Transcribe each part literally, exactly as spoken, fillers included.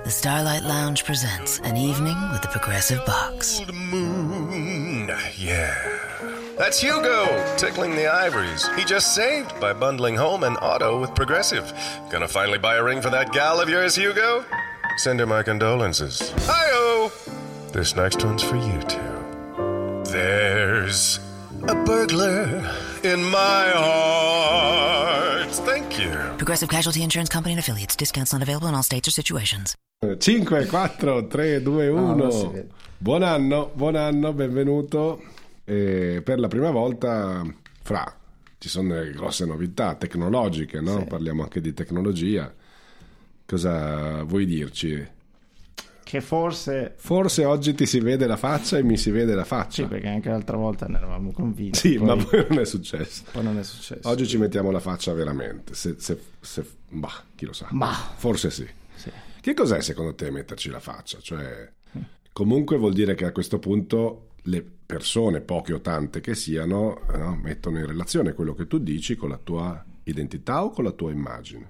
the Starlight Lounge presents An Evening with the Progressive Box. Old moon, yeah. That's Hugo, tickling the ivories. He just saved by bundling home and auto with Progressive. Gonna finally buy a ring for that gal of yours, Hugo? Send her my condolences. Hi-oh! This next one's for you two. There's a burglar in my heart. Thank you. Progressive Casualty Insurance Company and Affiliates. Discounts not available in all states or situations. cinque, quattro, tre, due, uno. No, buon anno, buon anno, benvenuto. E per la prima volta, fra, ci sono delle grosse novità tecnologiche, no? Sì. Parliamo anche di tecnologia. Cosa vuoi dirci? Che forse... Forse oggi ti si vede la faccia e mi si vede la faccia. Sì, perché anche l'altra volta ne eravamo convinti. Sì, poi, ma poi non è successo. Poi non è successo. Oggi ci mettiamo la faccia veramente. Se, se, se, bah, chi lo sa. Bah. Forse sì. Sì. Che cos'è secondo te metterci la faccia? Cioè, comunque vuol dire che a questo punto le persone, poche o tante che siano, no, mettono in relazione quello che tu dici con la tua identità o con la tua immagine?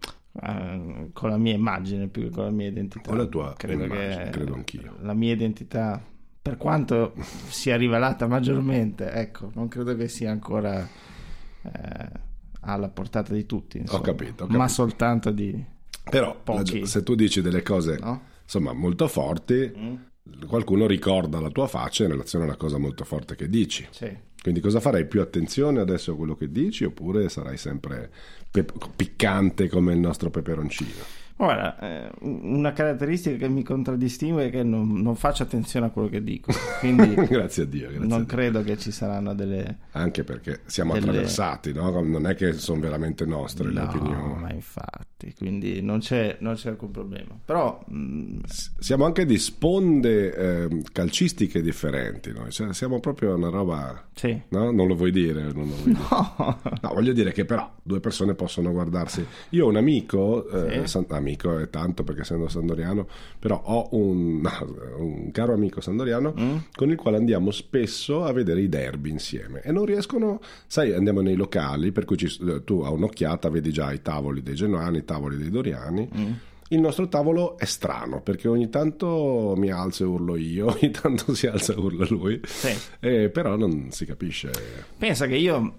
Uh, con la mia immagine più che con la mia identità. Con la tua credo immagine, che credo anch'io. La mia identità, per quanto sia rivelata maggiormente, ecco, non credo che sia ancora eh, alla portata di tutti, insomma, Ho capito, ho capito. ma soltanto di Però pochi. se tu dici delle cose, no? insomma, molto forti, Mm. qualcuno ricorda la tua faccia in relazione a una cosa molto forte che dici. Sì. Quindi cosa farai? Più attenzione adesso a quello che dici oppure sarai sempre pe- piccante come il nostro peperoncino? Guarda, eh, una caratteristica che mi contraddistingue è che non, non faccio attenzione a quello che dico, quindi Grazie a Dio. Grazie non a Dio. credo che ci saranno delle... Anche perché siamo delle- attraversati, no? Non è che sono veramente nostre le No, opinioni. ma infatti, quindi non c'è, non c'è alcun problema. Però, mh, Siamo anche di sponde eh, calcistiche differenti, noi. Cioè, siamo proprio una roba... sì. No? Non lo vuoi dire? Non lo vuoi dire. No. No, voglio dire che però due persone possono guardarsi. Io ho un amico, eh, Sì. san- amico è tanto perché essendo sandoriano, però ho un, un caro amico sandoriano Mm? con il quale andiamo spesso a vedere i derby insieme e non riescono, sai, andiamo nei locali per cui ci- tu a un'occhiata vedi già i tavoli dei genuani, i tavoli dei doriani. Mm. Il nostro tavolo è strano perché ogni tanto mi alzo e urlo io, ogni tanto si alza e urla lui, Sì. eh, però non si capisce. Pensa che io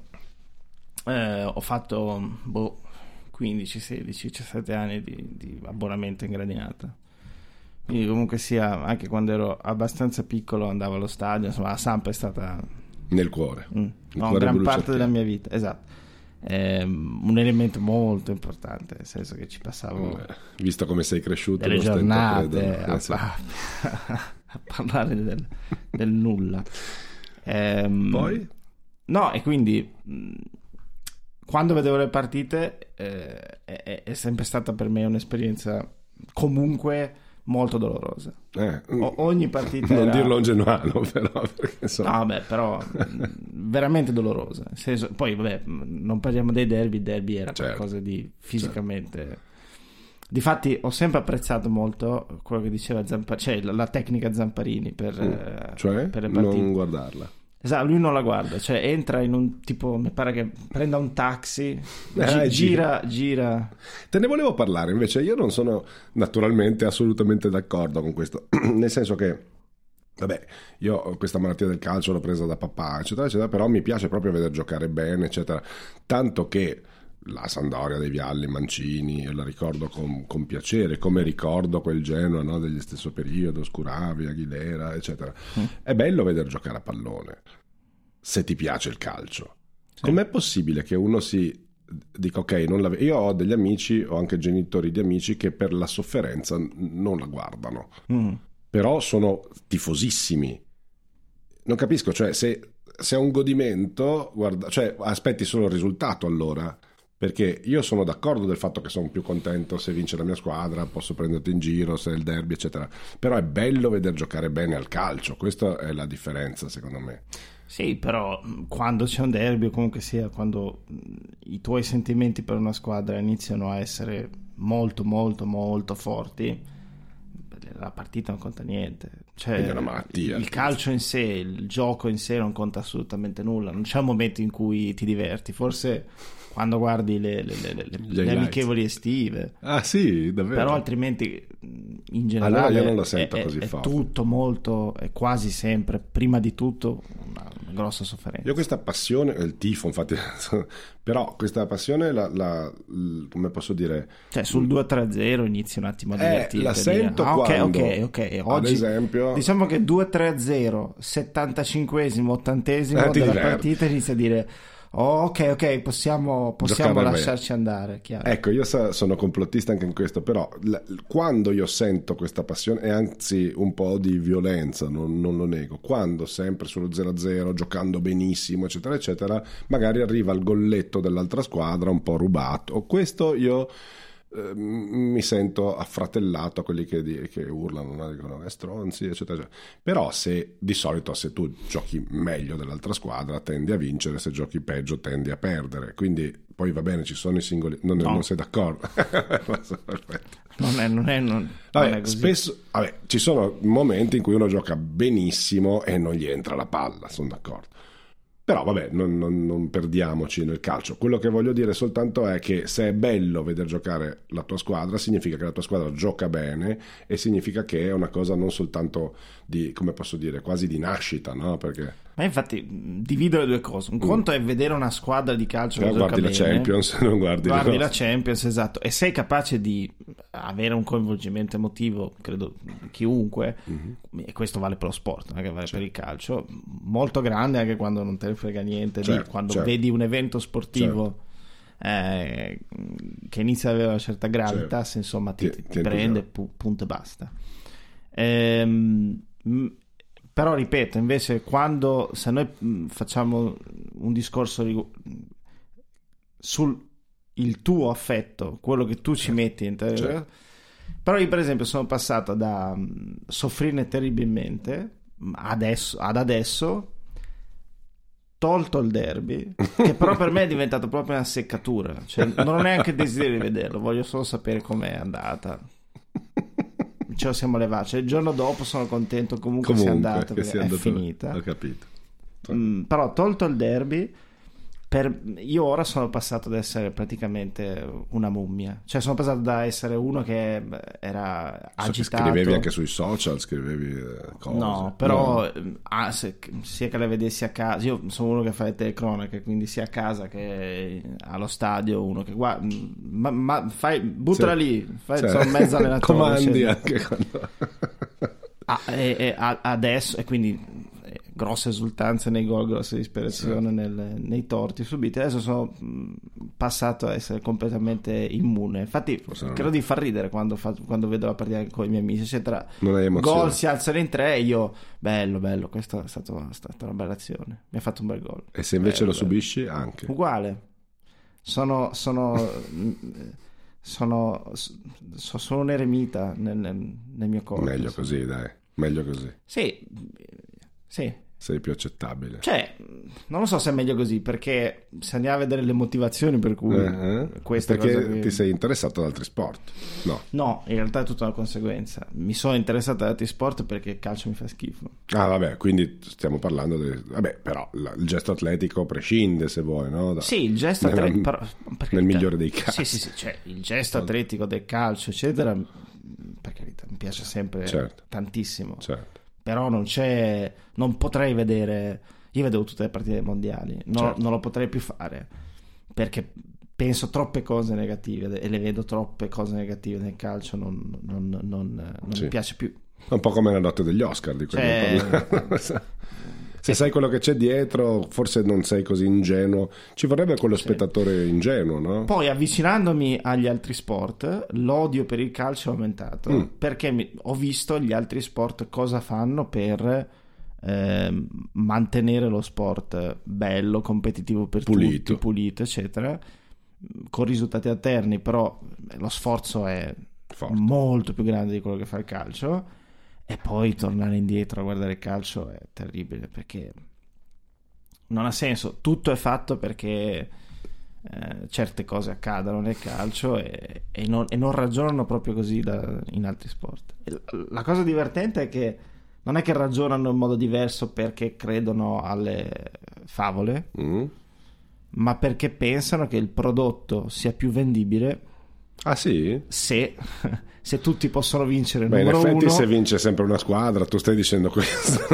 eh, ho fatto boh, quindici, sedici, diciassette anni di, di abbonamento in gradinata. Quindi comunque sia, anche quando ero abbastanza piccolo andavo allo stadio, insomma la Samp è stata Nel cuore. mm, Il no, cuore gran brucia parte a della te. mia vita, esatto. È un elemento molto importante, nel senso che ci passavo Eh, visto come sei cresciuto delle lo stento giornate credo. a, Eh, sì. a- a parlare del, del nulla. Ehm, Poi? No, e quindi mh, quando vedevo le partite eh, è, è sempre stata per me un'esperienza comunque molto dolorosa. Eh, O- ogni partita non era- dirlo a un genuano però perché insomma, No, beh, però mh, veramente dolorosa. Nel senso, poi, vabbè, mh, non parliamo dei derby. Il derby era Certo. qualcosa di fisicamente. Difatti, ho sempre apprezzato molto quello che diceva Zamparini, cioè la, la tecnica Zamparini per, eh, cioè per le partite. non guardarla. Esatto, lui non la guarda, cioè entra in un tipo, mi pare che prenda un taxi, gi- Ah, gira, gira. Te ne volevo parlare, invece io non sono naturalmente assolutamente d'accordo con questo, nel senso che vabbè, io ho questa malattia del calcio l'ho presa da papà, eccetera, eccetera, però mi piace proprio vedere giocare bene, eccetera, tanto che la Sampdoria dei Vialli, Mancini, io la ricordo con, con piacere, come ricordo quel Genoa, no, degli stesso periodo, Scuravi, Aguilera, eccetera. Mm. È bello vedere giocare a pallone, se ti piace il calcio. Sì. Com'è possibile che uno si dica ok, non la... io ho degli amici, ho anche genitori di amici che per la sofferenza n- non la guardano, Mm. però sono tifosissimi. Non capisco, cioè se, se è un godimento, guarda, cioè aspetti solo il risultato allora, perché io sono d'accordo del fatto che sono più contento se vince la mia squadra, posso prenderti in giro, se è il derby, eccetera, però è bello vedere giocare bene al calcio, questa è la differenza secondo me. Sì, però mh, quando c'è un derby o comunque sia, quando mh, i tuoi sentimenti per una squadra iniziano a essere molto molto molto forti, la partita non conta niente. Cioè, È una malattia. il calcio in sé, il gioco in sé non conta assolutamente nulla, non c'è un momento in cui ti diverti, forse quando guardi le, le, le, le, le highlights. amichevoli estive, Ah sì, davvero? però altrimenti mh, in generale allora io non lo sento è, così è forte. tutto molto, è quasi sempre, prima di tutto, una, una grossa sofferenza. Io questa passione, il tifo infatti, però questa passione la, la, la come posso dire, cioè sul due tre zero inizi un attimo a eh, divertirti, la a sento dire, ah, ok, quando, ok, ok, oggi ad esempio, diciamo che due tre zero, settantacinquesimo, ottantesimo eh, ti della diverti. partita inizia a dire oh, ok, ok, possiamo, possiamo Giocare lasciarci andare, chiaro. Ecco, io sa- sono complottista anche in questo, però la- quando io sento questa passione, e anzi un po' di violenza, non, non lo nego, quando sempre sullo zero a zero, giocando benissimo, eccetera, eccetera, magari arriva il golletto dell'altra squadra un po' rubato. Questo io eh, mi sento affratellato a quelli che, di- che urlano, no? Dicono, eh, stronzi, eccetera, eccetera. Però se di solito se tu giochi meglio dell'altra squadra tendi a vincere, se giochi peggio tendi a perdere, quindi poi va bene, ci sono i singoli, non, No. non sei d'accordo? Perfetto. Non è, non è, non, non Vabbè, è così. spesso, vabbè, ci sono momenti in cui uno gioca benissimo e non gli entra la palla, sono d'accordo. Però vabbè, non, non- non perdiamoci nel calcio. Quello che voglio dire soltanto è che se è bello vedere giocare la tua squadra, significa che la tua squadra gioca bene e significa che è una cosa non soltanto di, come posso dire, quasi di nascita, no? Perché Ma infatti mh, divido le due cose. Un conto è vedere una squadra di calcio se che no gioca guardi la bene, Champions, non guardi, guardi le la nostre. Champions, esatto, e sei capace di avere un coinvolgimento emotivo, credo chiunque, Mhm. e questo vale per lo sport, non è che vale per il calcio, molto grande anche quando non te ne frega niente, di- Certo, quando certo. vedi un evento sportivo eh, che inizia ad avere una certa gravitas, Certo. insomma ti, Ti- ti ti prende, entusiasma. pu- punto e basta. Ehm, mh, però ripeto, invece quando se noi mh, facciamo un discorso rigu- sul il tuo affetto, quello che tu ci metti in te- Certo. però io per esempio sono passato da mh, soffrirne terribilmente mh, adesso, ad adesso, tolto il derby, che però per me è diventato proprio una seccatura, cioè non ho neanche desiderio di vederlo, voglio solo sapere com'è andata, ce lo siamo levati, cioè, il giorno dopo sono contento comunque, sia Comunque, andato che perché sia è andato- finita. Ho capito. Mm, però tolto il derby, per, io ora sono passato ad essere praticamente una mummia, cioè sono passato da essere uno che eh, era So che agitato, scrivevi anche sui social, scrivevi eh, cose. no, però No. eh, ah, se- sia che le vedessi a casa, io sono uno che fa le telecronache, quindi sia a casa che allo stadio, uno che guarda, ma, ma fai, buttala Sì. lì, fai, Cioè, sono mezzo allenatore, comandi cioè, anche quando ah, e, e a- adesso, e quindi eh, grossa esultanza nei gol, grossa disperazione nel- nei torti subiti. Adesso sono mh, passato a essere completamente immune. Infatti, Forse non credo è. di far ridere quando, fa- quando vedo la partita con i miei amici, eccetera. non hai emozione. Gol si alzano in tre e io, bello, bello, questa è stata, è stata una bella azione. Mi ha fatto un bel gol. E se invece Bello, lo bello. subisci anche. Uguale. Sono. sono sono, so- sono un eremita nel, nel- nel mio corpo. Meglio insomma. così, dai. Meglio così. Sì, sì. Sei più accettabile. Cioè, non lo so se è meglio così, perché se andiamo a vedere le motivazioni per cui Eh, eh? questa Perché cosa qui- ti sei interessato ad altri sport? No. No, in realtà è tutta una conseguenza. Mi sono interessato ad altri sport perché il calcio mi fa schifo. Ah, vabbè, quindi stiamo parlando del... Vabbè, però la- il gesto atletico prescinde, se vuoi, no? Da- Sì, il gesto nella- atletico, però, per carità. migliore dei casi. Sì, sì, sì, cioè il gesto atletico del calcio, eccetera, per carità, mi piace sempre Certo. tantissimo. Certo. Però non c'è, non potrei vedere, io vedevo tutte le partite mondiali, no- Certo. non lo potrei più fare perché penso troppe cose negative e le vedo troppe cose negative nel calcio, non, non- non- non Sì. mi piace più. È un po' come la notte degli Oscar di cui Cioè- abbiamo parlato. Se sai quello che c'è dietro, forse non sei così ingenuo. Ci vorrebbe quello spettatore ingenuo, no? Poi avvicinandomi agli altri sport, l'odio per il calcio è aumentato Mm. perché mi- ho visto gli altri sport cosa fanno per ehm, mantenere lo sport bello, competitivo per Pulito. tutti, pulito, eccetera, con risultati alterni, però lo sforzo è Forte. molto più grande di quello che fa il calcio. E poi tornare indietro a guardare il calcio è terribile perché non ha senso. Tutto è fatto perché eh, certe cose accadono nel calcio e, e, non, e non ragionano proprio così da- in altri sport. E la, la cosa divertente è che non è che ragionano in modo diverso perché credono alle favole, Mm? ma perché pensano che il prodotto sia più vendibile Ah sì? se se tutti possono vincere il Beh, in numero effetti uno... se vince sempre una squadra, tu stai dicendo questo.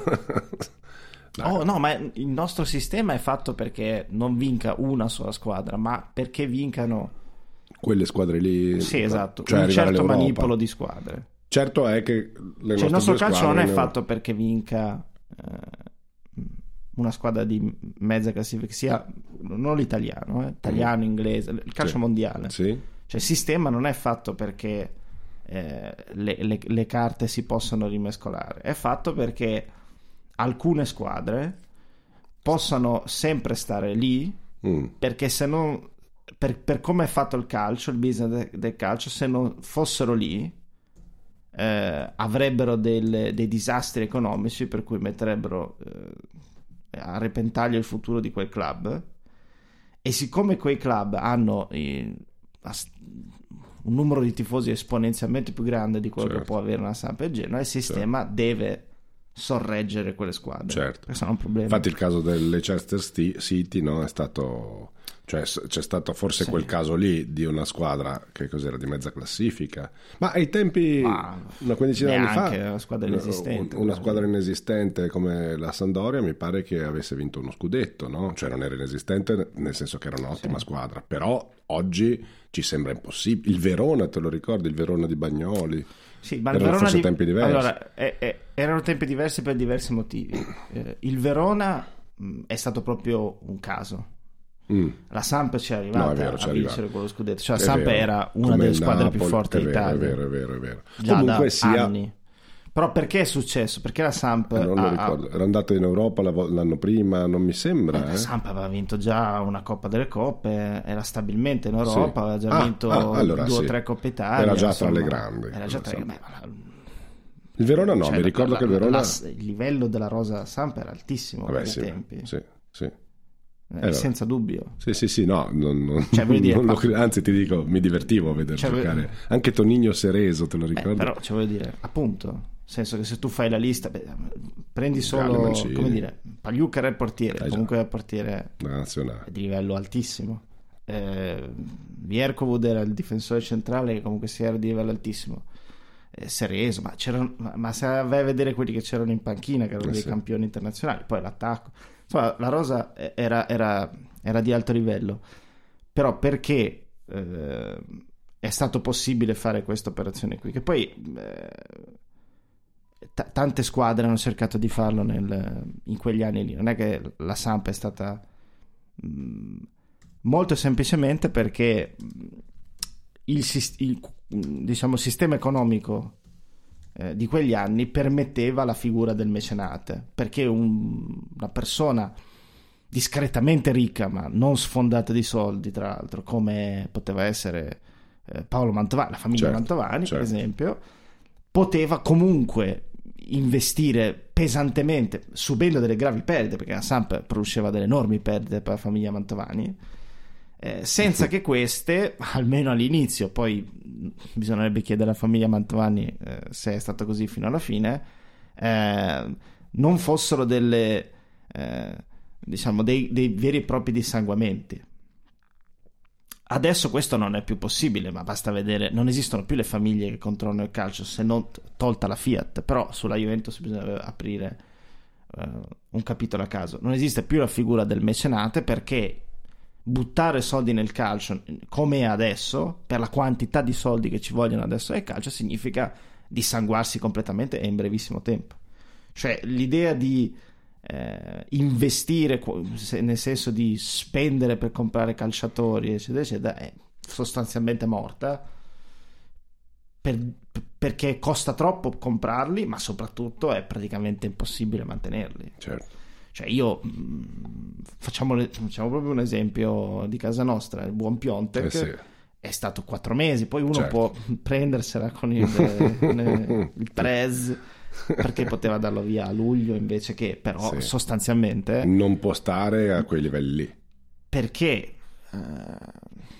Oh, no, ma il nostro sistema è fatto perché non vinca una sola squadra, ma perché vincano quelle squadre lì. sì, esatto, cioè un certo all'Europa. manipolo di squadre. Certo è che le Cioè il nostro due calcio non è squadre- fatto perché vinca eh, una squadra di mezza classifica, sia non l'italiano, eh, italiano, inglese, il calcio Sì. mondiale. Sì. Cioè il sistema non è fatto perché eh, le, le- le carte si possono rimescolare, è fatto perché alcune squadre possano sempre stare lì, Mm. perché se non per, per come è fatto il calcio, il business de- del calcio, se non fossero lì eh, avrebbero delle- dei disastri economici per cui metterebbero eh, a repentaglio il futuro di quel club, e siccome quei club hanno eh, as- un numero di tifosi esponenzialmente più grande di quello Certo. che può avere una Samp e Genoa, il sistema deve sorreggere quelle squadre. Certo. Questo è un problema. Infatti il caso del Leicester Sti- City, no, è stato, cioè s- c'è stato forse Sì. quel caso lì di una squadra che cos'era di mezza classifica, ma ai tempi Ma una quindicina di anni fa neanche una squadra inesistente. un- una squadra inesistente come la Sampdoria mi pare che avesse vinto uno scudetto, no? Cioè non era inesistente nel senso che era un'ottima Sì. squadra, però oggi ci sembra impossibile. Il Verona, te lo ricordi, il Verona di Bagnoli? Sì, ma il Erano Verona forse di- tempi diversi. Allora, eh, eh, erano tempi diversi per diversi motivi. Eh, il Verona mh, è stato proprio un caso. Mm. La Samp ci è arrivata No, è vero, ci a è vincere arrivata. quello scudetto. Cioè, la È Samp vero. era una Come delle il squadre Napoli, più forti è vero, d'Italia. È vero, è vero, è vero. Già Comunque da sia, anni. Però perché è successo? Perché la Samp eh, non lo ha- ricordo. Era andata in Europa la vo- l'anno prima, non mi sembra. La Eh? Samp aveva vinto già una Coppa delle Coppe, era stabilmente in Europa, Sì. aveva già Ah, vinto ah, allora due o sì. tre Coppe Italia. Era già insomma, tra le grandi. Era già tra le Samp. beh, ma la- Il Verona no, cioè, mi ricordo la- che il Verona... la- il livello della rosa Samp era altissimo Vabbè, ai sì, tempi, sì, sì. eh, vabbè. senza dubbio. Sì, sì, sì, no, non, non- Cioè, voglio dire, non lo pa- cre- anzi ti dico, mi divertivo a vedere Cioè, giocare. Anche Tonigno Cerezo, te lo Beh, ricordi? però, cioè, voglio dire, appunto, nel senso che se tu fai la lista, beh, prendi Gale solo, Mancini. come dire, Pagliuca era il portiere, Eh, già. comunque era il portiere La nazionale. di livello altissimo. Eh, Vierkovud era il difensore centrale che comunque si era di livello altissimo. Eh, Cerezo, ma, c'erano, ma, ma se vai a vedere quelli che c'erano in panchina, che erano Eh, dei sì. campioni internazionali, poi l'attacco, insomma, la rosa era, era, era di alto livello. Però perché eh, è stato possibile fare questa operazione qui? Che poi eh, t- tante squadre hanno cercato di farlo nel- in quegli anni lì. Non è che la Samp è stata mh, molto semplicemente perché mh, il, sis- il, mh, diciamo, sistema economico eh, di quegli anni permetteva la figura del mecenate, perché un- una persona discretamente ricca ma non sfondata di soldi, tra l'altro, come poteva essere eh, Paolo Mantovani, la famiglia Certo, Mantovani certo. per esempio, poteva comunque investire pesantemente, subendo delle gravi perdite, perché la Samp produceva delle enormi perdite per la famiglia Mantovani, eh, senza che queste, almeno all'inizio, poi mh, bisognerebbe chiedere alla famiglia Mantovani eh, se è stato così fino alla fine, eh, non fossero delle eh, diciamo dei, dei veri e propri dissanguamenti. Adesso questo non è più possibile, ma basta vedere, non esistono più le famiglie che controllano il calcio, se non t- tolta la Fiat. Però sulla Juventus bisogna aprire eh, un capitolo a caso. Non esiste più la figura del mecenate, perché buttare soldi nel calcio come è adesso, per la quantità di soldi che ci vogliono adesso nel calcio, significa dissanguarsi completamente e in brevissimo tempo. Cioè l'idea di eh, investire, se- nel senso di spendere per comprare calciatori eccetera eccetera, è sostanzialmente morta, per- perché costa troppo comprarli, ma soprattutto è praticamente impossibile mantenerli. Certo. Cioè io mh, facciamo, le- facciamo proprio un esempio di casa nostra, il buon Piontek Eh sì. è stato quattro mesi, poi uno Certo. può prendersela con il, il, il Prez, perché poteva darlo via a luglio invece che, però Sì. sostanzialmente Non può stare a quei livelli lì. perché eh,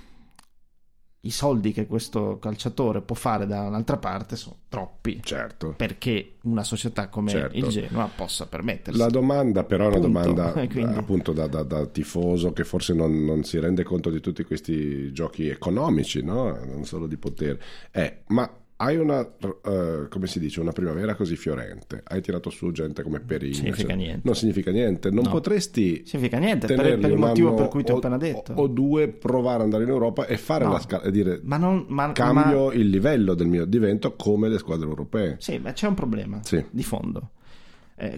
i soldi che questo calciatore può fare da un'altra parte sono troppi, Certo. perché una società come Certo. il Genoa possa permettersi. La domanda però è una Punto. domanda E quindi- appunto da, da- da tifoso che forse non, non si rende conto di tutti questi giochi economici, no? Non solo di potere. È, ma hai una, uh, come si dice, una primavera così fiorente, hai tirato su gente come Perin, significa cioè, niente. Non significa niente, non No. potresti Significa niente, per, per il motivo per cui ti ho appena detto. O, o due provare ad andare in Europa e fare No. la scala e dire Ma non, ma, cambio ma... il livello del mio, divento come le squadre europee. Sì, ma c'è un problema Sì. di fondo. Eh,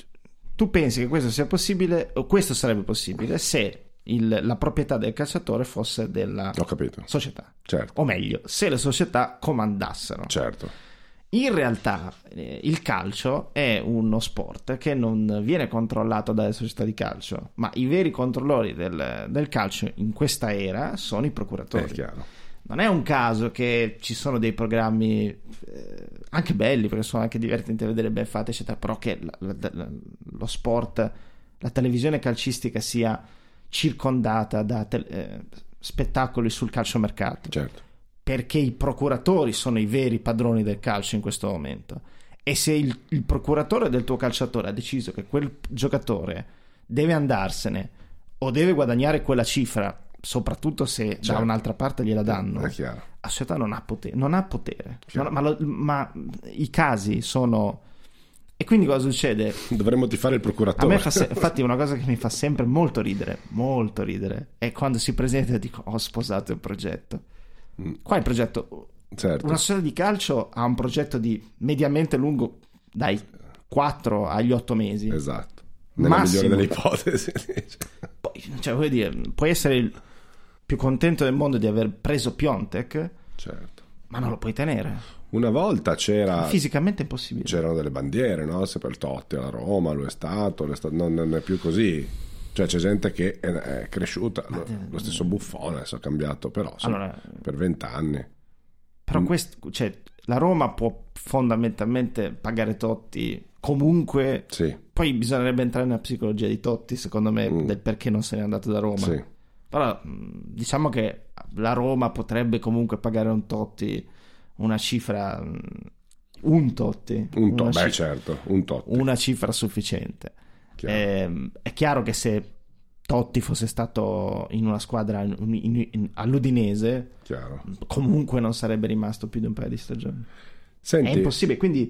tu pensi che questo sia possibile, o questo sarebbe possibile, se il- la proprietà del calciatore fosse della Ho capito. società. Certo, O meglio, se le società comandassero. certo. In realtà eh, il calcio è uno sport che non viene controllato dalle società di calcio, ma i veri controllori del, del calcio in questa era sono i È procuratori. chiaro. Non è un caso che ci sono dei programmi eh, anche belli, perché sono anche divertenti da vedere, ben fatti, eccetera, però che la- la- la- lo sport, la televisione calcistica sia circondata da te- eh, spettacoli sul calciomercato, Certo. perché i procuratori sono i veri padroni del calcio in questo momento. E se il, il procuratore del tuo calciatore ha deciso che quel giocatore deve andarsene o deve guadagnare quella cifra, soprattutto se da Certo. un'altra parte gliela danno, È chiaro. la società non ha potere, non ha potere. Chiaro. Non- ma, lo- ma i casi sono... E quindi cosa succede? Dovremmo tifare il A procuratore. me fa se- infatti una cosa che mi fa sempre molto ridere, molto ridere, è quando si presenta e dico ho sposato il progetto. Qua il progetto, Certo. una società di calcio ha un progetto di mediamente lungo dai quattro agli otto mesi. Esatto. Nella Massimo. migliore delle ipotesi. Poi, cioè, vuoi dire, puoi essere il più contento del mondo di aver preso Piontek, Certo. ma non lo puoi tenere. Una volta c'era Fisicamente è impossibile. c'erano delle bandiere, no? Se per Totti alla Roma, lo è stato, lo è stato- non, non è più così. Cioè c'è gente che è, è cresciuta, lo, lo stesso Buffone adesso ha cambiato, però insomma, Allora, per vent'anni. però questo, cioè, la Roma può fondamentalmente pagare Totti comunque. Sì, Poi bisognerebbe entrare nella psicologia di Totti, secondo me, Mm. del perché non se n'è andato da Roma. sì, Però mh, diciamo che la Roma potrebbe comunque pagare a un Totti una cifra, mh, un Totti, un to- una, beh ci- certo, un Totti. una cifra sufficiente. Chiaro. Ehm, è chiaro che se Totti fosse stato in una squadra in- in- in- all'Udinese, Chiaro. comunque non sarebbe rimasto più di un paio di stagioni. Senti, È impossibile, quindi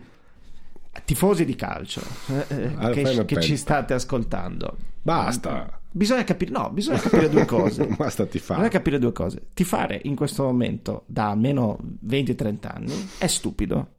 tifosi di calcio eh, eh, Ah, che, fai una che penna. ci state ascoltando, basta. bisogna capire, no, bisogna capire due cose. Basta tifare. Bisogna capire due cose. Tifare in questo momento da almeno venti trenta anni è stupido.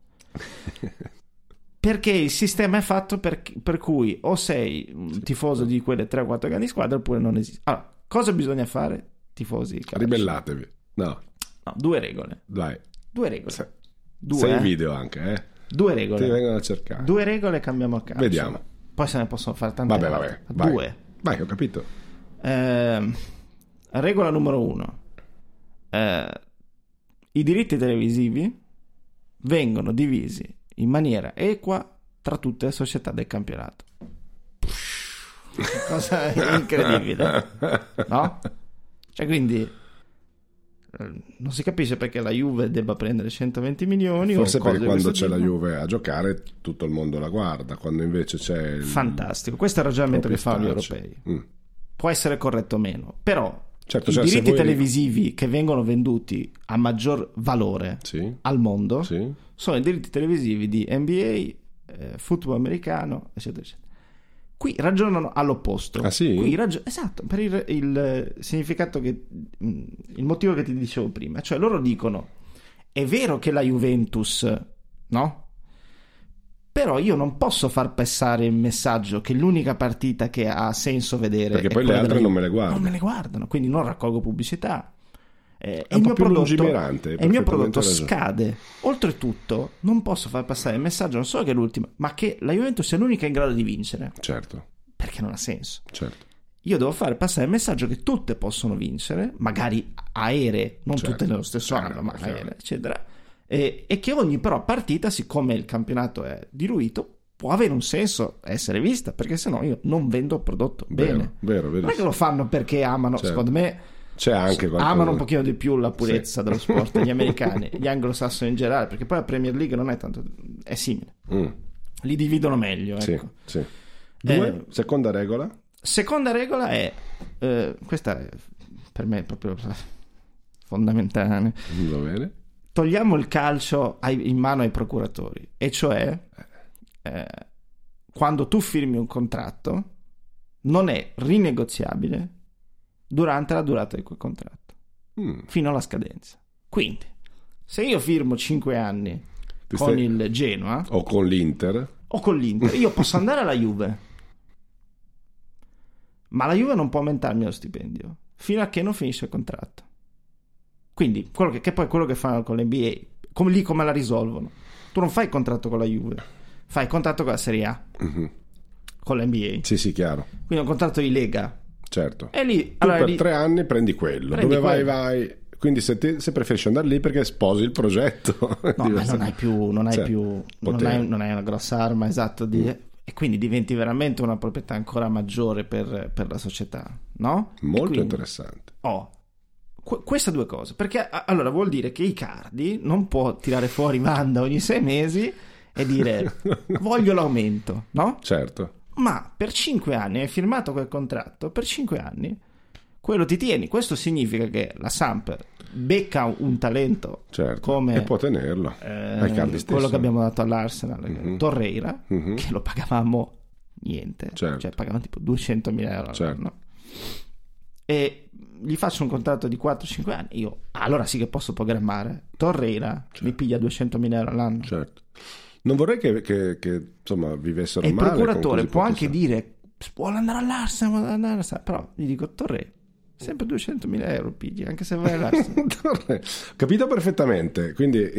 Perché il sistema è fatto per, per cui o sei un tifoso di quelle tre o quattro grandi squadre oppure non esiste. Allora, cosa bisogna fare, tifosi di calcio? Ribellatevi. No, No, due regole. dai. Due regole. Se- Due, sei eh? video anche, eh? Due Ti regole. vengono a cercare. Due regole cambiamo a calcio. Vediamo. Poi se ne possono fare tante Vabbè, altre. vabbè. Vai. Due. Vai, ho capito. Ehm, regola numero uno. Eh, I diritti televisivi vengono divisi in maniera equa tra tutte le società del campionato. Cosa incredibile, no? Cioè, quindi eh, non si capisce perché la Juve debba prendere centoventi milioni. Forse o cose perché di quando questo c'è la tipo. Juve a giocare tutto il mondo la guarda, quando invece c'è il Fantastico, questo è il ragionamento che fanno gli pistaccio. europei. Mm. Può essere corretto o meno, però Certo, i cioè, se diritti voi- televisivi che vengono venduti a maggior valore Sì, al mondo sì. sono i diritti televisivi di N B A, eh, football americano, eccetera, eccetera. Qui ragionano all'opposto. Ah, sì? Qui ragio- esatto, per il, il significato che mh, il motivo che ti dicevo prima, cioè loro dicono è vero che la Juventus, no? Però io non posso far passare il messaggio che l'unica partita che ha senso vedere Perché è poi le quella altre della non Juve. me le guardo. Non me le guardano, quindi non raccolgo pubblicità. Eh, È un po' più lungimirante, e il mio perfettamente prodotto ragione. scade. Oltretutto, non posso far passare il messaggio non solo che è l'ultima, ma che la Juventus è l'unica in grado di vincere, Certo, perché non ha senso. certo. Io devo fare passare il messaggio che tutte possono vincere, magari aeree, non Certo. tutte nello stesso Chiaro, anno, ma chiaro. aeree, eccetera. E, e che ogni però partita, siccome il campionato è diluito, può avere un senso essere vista, perché sennò io non vendo il prodotto Vero, bene. vero, Non è che verissimo. lo fanno perché amano, Certo. secondo me, C'è anche qualcosa. amano un pochino di più la purezza Sì. dello sport, gli americani, gli anglosassoni in generale, perché poi la Premier League non è tanto, è simile, Mm, li dividono meglio, sì, ecco. sì. Due, Eh, seconda regola. Seconda regola è, eh, questa è per me proprio fondamentale, Va bene. togliamo il calcio ai, in mano ai procuratori, e cioè eh, quando tu firmi un contratto non è rinegoziabile durante la durata di quel contratto, mm. fino alla scadenza. Quindi se io firmo cinque anni Ti con stai... il Genoa o con l'Inter o con l'Inter, io posso andare alla Juve, ma la Juve non può aumentarmi lo stipendio fino a che non finisce il contratto. Quindi quello che, che poi quello che fanno con l'N B A, come lì come la risolvono, tu non fai il contratto con la Juve, fai il contratto con la Serie A, mm-hmm. con l'N B A. Sì, sì, chiaro. Quindi un contratto di Lega. Certo. E lì, tu allora, per lì... tre anni prendi quello. Prendi Dove quello. vai, vai. Quindi se, ti, se preferisci andare lì perché sposi il progetto. No, ma non hai più, non hai certo. più, non hai, non hai una grossa arma, esatto, di... mm. e quindi diventi veramente una proprietà ancora maggiore per, per la società, no? Molto quindi, interessante. Oh, qu- queste due cose, perché allora vuol dire che Icardi non può tirare fuori Wanda ogni sei mesi e dire voglio l'aumento, no? Certo. Ma per cinque anni hai firmato quel contratto, per cinque anni quello ti tieni. Questo significa che la Samp becca un talento, certo. come e può tenerlo, eh, quello che abbiamo dato all'Arsenal, mm-hmm. Torreira, mm-hmm. che lo pagavamo niente, certo. cioè pagavamo tipo duecentomila euro, certo. no? E gli faccio un contratto di quattro cinque anni, io allora sì che posso programmare. Torreira certo. mi piglia duecentomila euro all'anno, certo. Non vorrei che, che, che insomma vivessero e male. Il procuratore può anche essere. dire vuole andare all'Arsenal, vuole andare all'Arsenal, però gli dico Torreira sempre duecentomila euro pigli, anche se vai all'Arsenal. Capito perfettamente. Quindi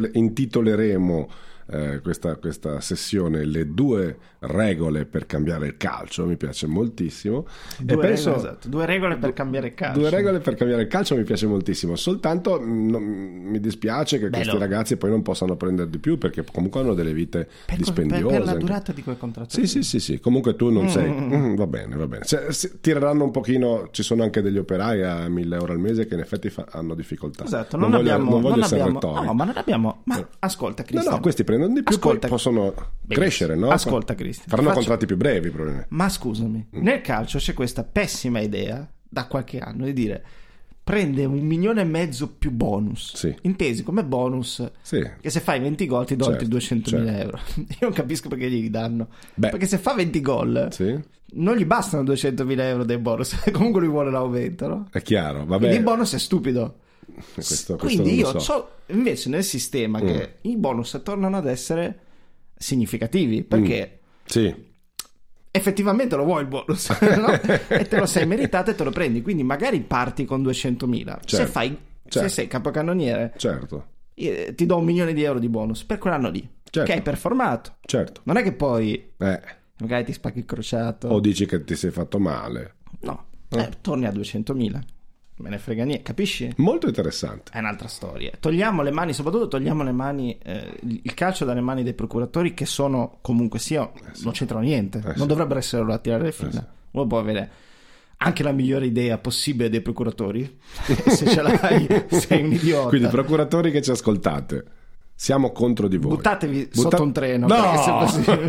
intitoleremo eh, questa, questa sessione le due regole per cambiare il calcio. Mi piace moltissimo. Due, e penso, regole, esatto. due regole per cambiare il calcio. Due regole per cambiare il calcio mi piace moltissimo. Soltanto non, mi dispiace che Bello. questi ragazzi poi non possano prendere di più, perché comunque hanno delle vite per, dispendiose. Per, per la durata di quel contratto. Sì, sì, sì, sì. Comunque tu non mm. sei. Mm, va bene, va bene. Cioè, si, tireranno un pochino. Ci sono anche degli operai a mille euro al mese che in effetti fa, hanno difficoltà. Esatto. Non, non voglio, abbiamo, non voglio non essere abbiamo, retorico. No, ma non abbiamo. Ma ascolta, Cristian. No, no, questi prendono di più, ascolta, poi possono crescere, no? Ascolta, Cristian. Faranno faccio... contratti più brevi, probabilmente. Ma scusami, mm. nel calcio c'è questa pessima idea da qualche anno di dire prende un milione e mezzo più bonus, sì. intesi come bonus, sì. che se fai venti gol ti do certo, duecentomila certo. euro. Io non capisco perché gli danno. Beh. Perché se fa venti gol sì. non gli bastano duecentomila euro dei bonus. Comunque lui vuole l'aumento, no? È chiaro, vabbè. Quindi il bonus è stupido. Questo, questo Quindi io so. so invece nel sistema mm. che i bonus tornano ad essere significativi, perché mm. sì. effettivamente lo vuoi il bonus, no? E te lo sei meritato e te lo prendi, quindi magari parti con duecentomila, certo. se fai certo. se sei capocannoniere, certo. ti do un milione di euro di bonus per quell'anno lì, certo. che hai performato, certo. non è che poi eh. magari ti spacchi il crociato o dici che ti sei fatto male, no, eh. Eh, torni a duecentomila, me ne frega niente, capisci? Molto interessante. È un'altra storia. Togliamo le mani, soprattutto togliamo le mani, eh, il calcio dalle mani dei procuratori, che sono comunque sia eh sì. non c'entrano niente, eh non sì. dovrebbero essere loro a tirare le fila. Eh sì. Uno può avere anche la migliore idea possibile dei procuratori, se ce l'hai sei un idiota. Quindi procuratori che ci ascoltate, siamo contro di voi. Buttatevi Butta... sotto un treno. No,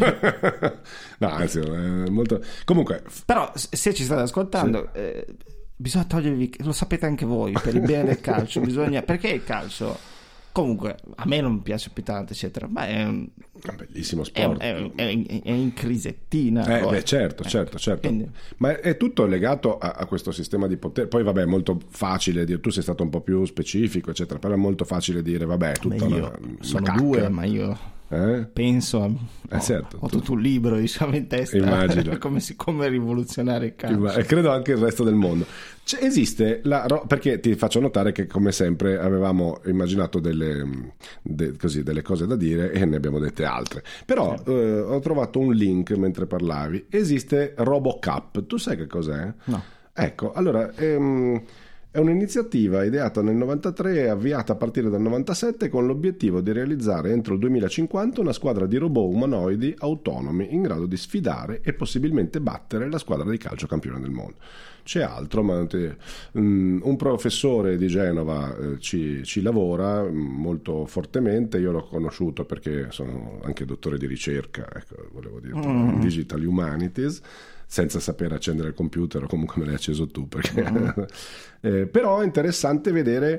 no anzi, è molto... Comunque, però se ci state ascoltando, sì. eh, bisogna togliervi, lo sapete anche voi, per il bene del calcio, bisogna, perché il calcio comunque a me non piace più tanto eccetera, ma è un, un bellissimo sport, è, è, è, è in crisettina, eh, beh, certo, certo, certo. Quindi... ma è, è tutto legato a, a questo sistema di potere. Poi vabbè, è molto facile dire, tu sei stato un po' più specifico eccetera, però è molto facile dire vabbè, è tutta io una, una sono cacca. due, ma io Eh? penso a, eh ho, certo, ho tutto un libro diciamo in testa. Immagino. come, si, come rivoluzionare il calcio, e credo anche il resto del mondo. C'è, esiste la, perché ti faccio notare che come sempre avevamo immaginato delle, de, così, delle cose da dire e ne abbiamo dette altre, però sì. eh, ho trovato un link mentre parlavi. Esiste RoboCup, tu sai che cos'è? No. Ecco, allora ehm, è un'iniziativa ideata nel novantatré e avviata a partire dal novantasette con l'obiettivo di realizzare entro il duemilacinquanta una squadra di robot umanoidi autonomi in grado di sfidare e possibilmente battere la squadra di calcio campione del mondo. C'è altro, ma um, un professore di Genova eh, ci, ci lavora molto fortemente. Io l'ho conosciuto perché sono anche dottore di ricerca, ecco, volevo dire, mm. in Digital Humanities, senza sapere accendere il computer, o comunque me l'hai acceso tu perché... mm. eh, però è interessante vedere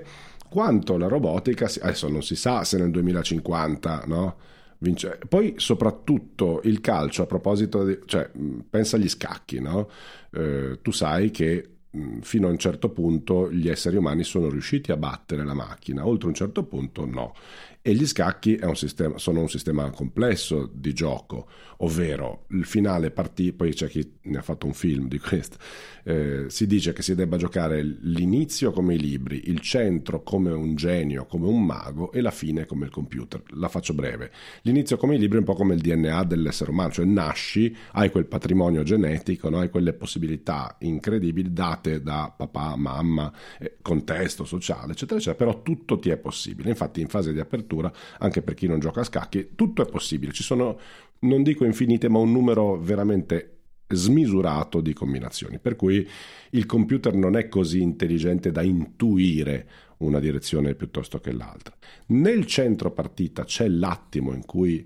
quanto la robotica, adesso non si sa se nel duemilacinquanta, no? Vince. Poi soprattutto il calcio, a proposito di, cioè pensa agli scacchi, no? Eh, tu sai che mh, fino a un certo punto gli esseri umani sono riusciti a battere la macchina, oltre un certo punto no. E gli scacchi è un sistema, sono un sistema complesso di gioco, ovvero il finale partì, poi c'è chi ne ha fatto un film di questo, eh, si dice che si debba giocare l'inizio come i libri, il centro come un genio, come un mago, e la fine come il computer. La faccio breve. L'inizio come i libri è un po' come il D N A dell'essere umano, cioè nasci, hai quel patrimonio genetico, no? Hai quelle possibilità incredibili date da papà, mamma, eh, contesto sociale, eccetera, eccetera, però tutto ti è possibile. Infatti in fase di apertura, anche per chi non gioca a scacchi, tutto è possibile. Ci sono, non dico infinite, ma un numero veramente smisurato di combinazioni, per cui il computer non è così intelligente da intuire una direzione piuttosto che l'altra. Nel centro partita c'è l'attimo in cui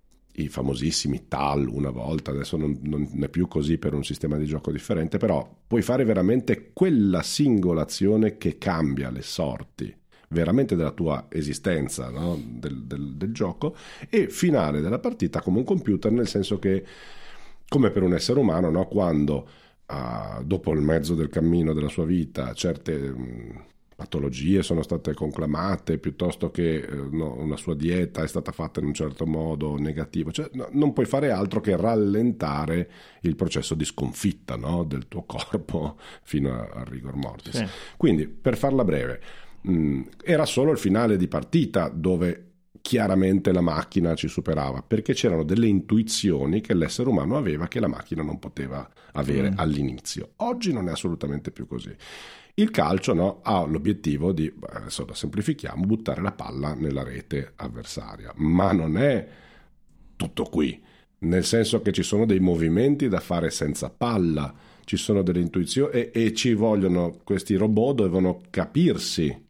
i famosissimi T A L una volta, adesso non, non è più così per un sistema di gioco differente, però puoi fare veramente quella singola azione che cambia le sorti veramente della tua esistenza, no? del, del, del gioco, e finale della partita come un computer, nel senso che come per un essere umano, no? Quando uh, dopo il mezzo del cammino della sua vita certe mh, patologie sono state conclamate, piuttosto che eh, no, una sua dieta è stata fatta in un certo modo negativo, cioè, no, non puoi fare altro che rallentare il processo di sconfitta, no? del tuo corpo fino a, al rigor mortis. Sì. Quindi, per farla breve, mh, era solo il finale di partita dove chiaramente la macchina ci superava, perché c'erano delle intuizioni che l'essere umano aveva che la macchina non poteva avere mm. all'inizio. Oggi non è assolutamente più così. Il calcio, no, ha l'obiettivo di, adesso la semplifichiamo, buttare la palla nella rete avversaria, ma non è tutto qui, nel senso che ci sono dei movimenti da fare senza palla, ci sono delle intuizioni e, e ci vogliono, questi robot devono capirsi.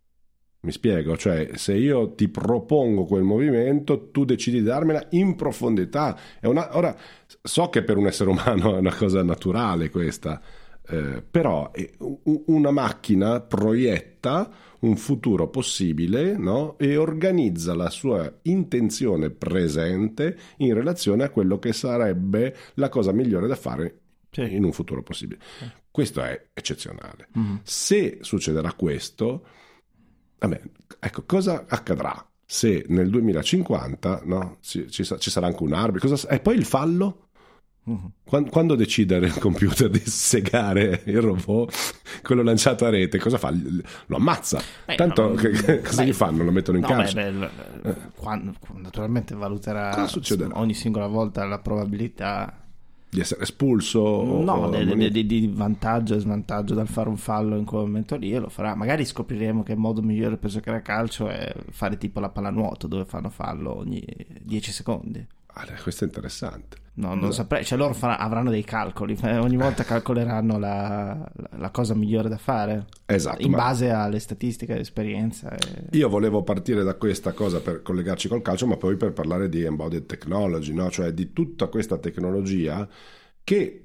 Mi spiego, cioè se io ti propongo quel movimento, tu decidi di darmela in profondità. È una, ora, so che per un essere umano è una cosa naturale questa, eh, però è, una macchina proietta un futuro possibile, no? E organizza la sua intenzione presente in relazione a quello che sarebbe la cosa migliore da fare sì. in un futuro possibile. Sì. Questo è eccezionale. Mm-hmm. Se succederà questo... Vabbè, ecco, cosa accadrà se nel duemilacinquanta no, ci, ci, ci sarà anche un arbitro? Cosa, e poi il fallo? Uh-huh. Quando, quando decide il computer di segare il robot, quello lanciato a rete, cosa fa? Lo ammazza. Beh, Tanto no, che, beh, cosa gli fanno? Lo mettono in no, carcere? Beh, beh, quando, naturalmente valuterà ogni singola volta la probabilità di essere espulso no, di, di, di, di vantaggio e svantaggio dal fare un fallo in quel momento lì, e lo farà. Magari scopriremo che il modo migliore per giocare a calcio è fare tipo la pallanuoto, dove fanno fallo ogni dieci secondi. Ah, questo è interessante. No, non saprei, cioè loro farà, avranno dei calcoli, ogni volta calcoleranno la, la, la cosa migliore da fare, esatto, in ma... base alle statistiche, all'esperienza. E... Io volevo partire da questa cosa per collegarci col calcio, ma poi per parlare di embodied technology, no? Cioè di tutta questa tecnologia che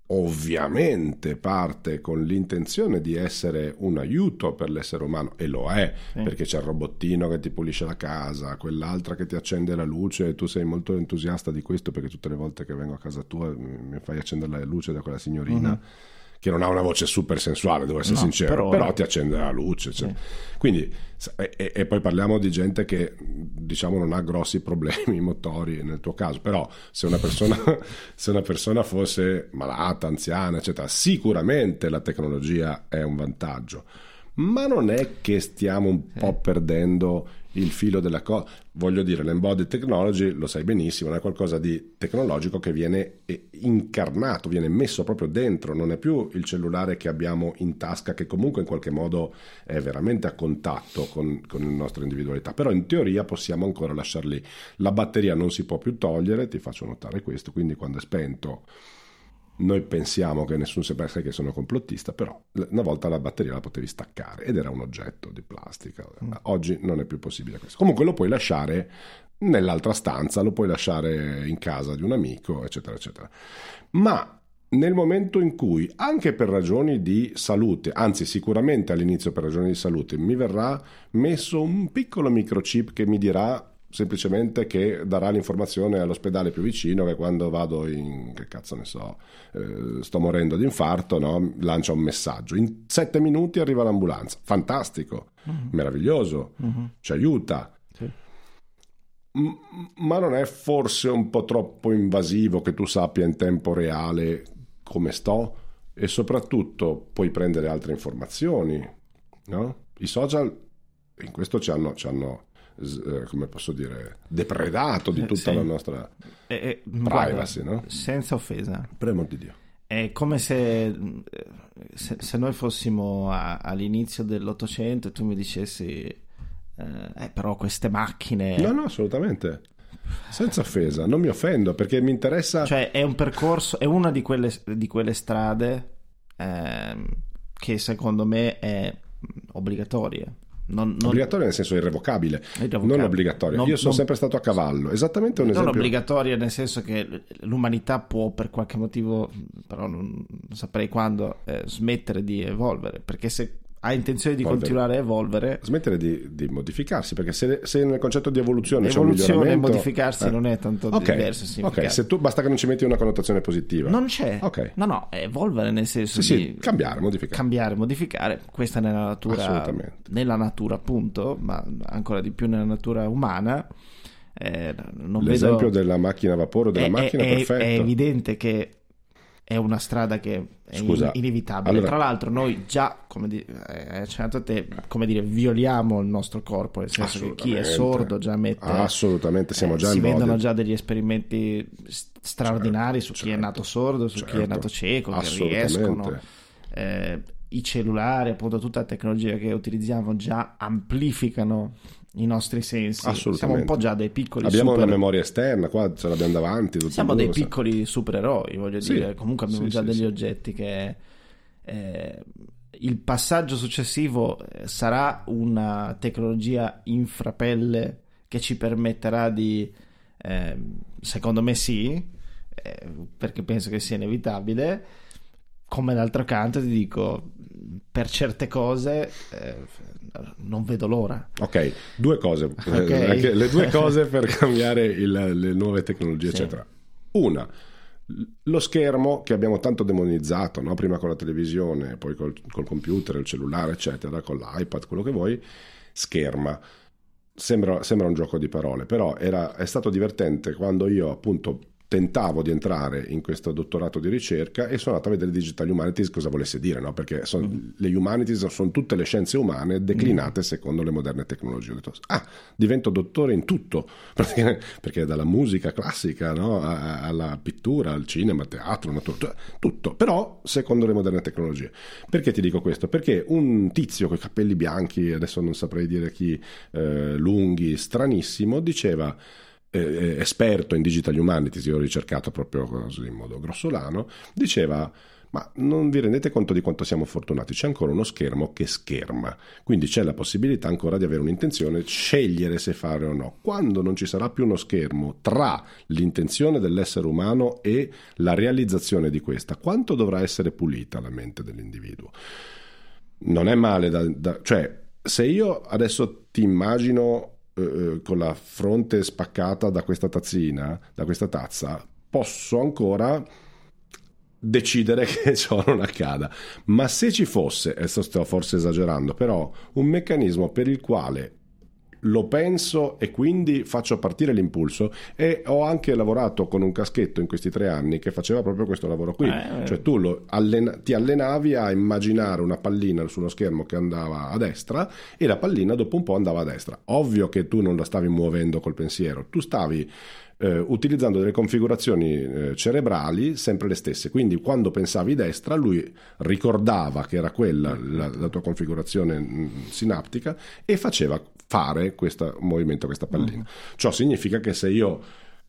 ovviamente parte con l'intenzione di essere un aiuto per l'essere umano, e lo è, sì. perché c'è il robottino che ti pulisce la casa, quell'altra che ti accende la luce, e tu sei molto entusiasta di questo perché tutte le volte che vengo a casa tua mi fai accendere la luce da quella signorina mm-hmm. che non ha una voce super sensuale, devo essere no, sincero, però, però ti accende la luce, cioè. Sì. Quindi e, e poi parliamo di gente che diciamo non ha grossi problemi motori nel tuo caso, però se una persona se una persona fosse malata, anziana, eccetera, sicuramente la tecnologia è un vantaggio, ma non è che stiamo un sì. po' perdendo il filo della cosa. Voglio dire, l'embodied technology, lo sai benissimo, non è qualcosa di tecnologico che viene incarnato, viene messo proprio dentro, non è più il cellulare che abbiamo in tasca, che comunque in qualche modo è veramente a contatto con, con la nostra individualità, però in teoria possiamo ancora lasciar lì. La batteria non si può più togliere, ti faccio notare questo, quindi quando è spento noi pensiamo che nessuno si pensa che sono complottista, però una volta la batteria la potevi staccare ed era un oggetto di plastica. Oggi non è più possibile questo. Comunque lo puoi lasciare nell'altra stanza, lo puoi lasciare in casa di un amico, eccetera, eccetera. Ma nel momento in cui, anche per ragioni di salute, anzi sicuramente all'inizio per ragioni di salute, mi verrà messo un piccolo microchip che mi dirà semplicemente, che darà l'informazione all'ospedale più vicino, che quando vado in, che cazzo ne so, eh, sto morendo di infarto, no? Lancia un messaggio, in sette minuti arriva l'ambulanza, fantastico, mm-hmm. meraviglioso, mm-hmm. ci aiuta. Sì. M- ma non è forse un po' troppo invasivo che tu sappia in tempo reale come sto? E soprattutto puoi prendere altre informazioni, no? I social in questo ci hanno, ci hanno come posso dire, depredato di tutta sì. la nostra eh, eh, privacy, guarda, no? Senza offesa, per amor di Dio, è come se, se, se noi fossimo a, all'inizio dell'Ottocento e tu mi dicessi eh, eh, però queste macchine, no no assolutamente, senza offesa, non mi offendo perché mi interessa, cioè è un percorso, è una di quelle, di quelle strade eh, che secondo me è obbligatoria. Non, non, obbligatoria nel senso irrevocabile, irrevocabile. non obbligatoria. Non, Io sono non, sempre stato a cavallo, esattamente un non esempio. Non obbligatoria nel senso che l'umanità può per qualche motivo, però non, non saprei quando, eh, smettere di evolvere, perché se ha intenzione di evolvere. continuare a evolvere, smettere di, di modificarsi, perché se, se nel concetto di evoluzione evoluzione c'è un miglioramento, e modificarsi eh. non è tanto okay. diverso. Ok, se tu basta che non ci metti una connotazione positiva, non c'è. Okay. No, no, evolvere nel senso sì, di sì, cambiare, modificare. Cambiare, modificare. Questa nella natura, nella natura appunto, ma ancora di più nella natura umana. Eh, non L'esempio vedo... della macchina a vapore o della è, macchina è, perfetto. È evidente che è una strada che è Scusa, inevitabile. allora... Tra l'altro noi già, come di, eh, accennato a te, come dire, violiamo il nostro corpo, nel senso che chi è sordo già mette... Assolutamente, siamo eh, già si in vendono modi. già degli esperimenti straordinari certo, su chi certo, è nato sordo, su certo, chi è nato cieco, che riescono... Eh, i cellulari, appunto tutta la tecnologia che utilizziamo già amplificano i nostri sensi. Siamo un po' già dei piccoli abbiamo super... una memoria esterna, qua ce l'abbiamo davanti, siamo dei piccoli supereroi, voglio sì, dire, comunque abbiamo sì, già sì, degli sì. oggetti che eh, il passaggio successivo sarà una tecnologia infrapelle che ci permetterà di eh, secondo me sì, eh, perché penso che sia inevitabile. Come d'altro canto ti dico, per certe cose eh, non vedo l'ora. Ok, due cose, okay. Eh, le due cose per cambiare il, le nuove tecnologie, sì. eccetera. Una, lo schermo che abbiamo tanto demonizzato, no? Prima con la televisione, poi col, col computer, il cellulare, eccetera, con l'iPad, quello che vuoi, scherma. Sembra, sembra un gioco di parole, però era, è stato divertente quando io appunto tentavo di entrare in questo dottorato di ricerca e sono andato a vedere Digital Humanities cosa volesse dire, no? Perché son, mm. le humanities sono tutte le scienze umane declinate mm. secondo le moderne tecnologie. Ho detto, ah, divento dottore in tutto, perché dalla musica classica, no? a, alla pittura, al cinema, al teatro, natura, tutto, però secondo le moderne tecnologie. Perché ti dico questo? Perché un tizio con i capelli bianchi, adesso non saprei dire chi, eh, lunghi, stranissimo, diceva... Eh, esperto in Digital Humanities, io ho ricercato proprio così in modo grossolano, diceva: ma non vi rendete conto di quanto siamo fortunati, c'è ancora uno schermo che scherma, quindi c'è la possibilità ancora di avere un'intenzione, scegliere se fare o no. Quando non ci sarà più uno schermo tra l'intenzione dell'essere umano e la realizzazione di questa, quanto dovrà essere pulita la mente dell'individuo? Non è male da, da, cioè se io adesso ti immagino con la fronte spaccata da questa tazzina, da questa tazza, posso ancora decidere che ciò non accada. Ma se ci fosse, e sto forse esagerando, però un meccanismo per il quale lo penso e quindi faccio partire l'impulso, e ho anche lavorato con un caschetto in questi tre anni che faceva proprio questo lavoro qui, eh, cioè tu lo allena- ti allenavi a immaginare una pallina su uno schermo che andava a destra e la pallina dopo un po' andava a destra. Ovvio che tu non la stavi muovendo col pensiero, tu stavi eh, utilizzando delle configurazioni eh, cerebrali sempre le stesse, quindi quando pensavi destra lui ricordava che era quella la, la tua configurazione mh, sinaptica e faceva fare questo movimento, questa pallina. Uh-huh. Ciò significa che se io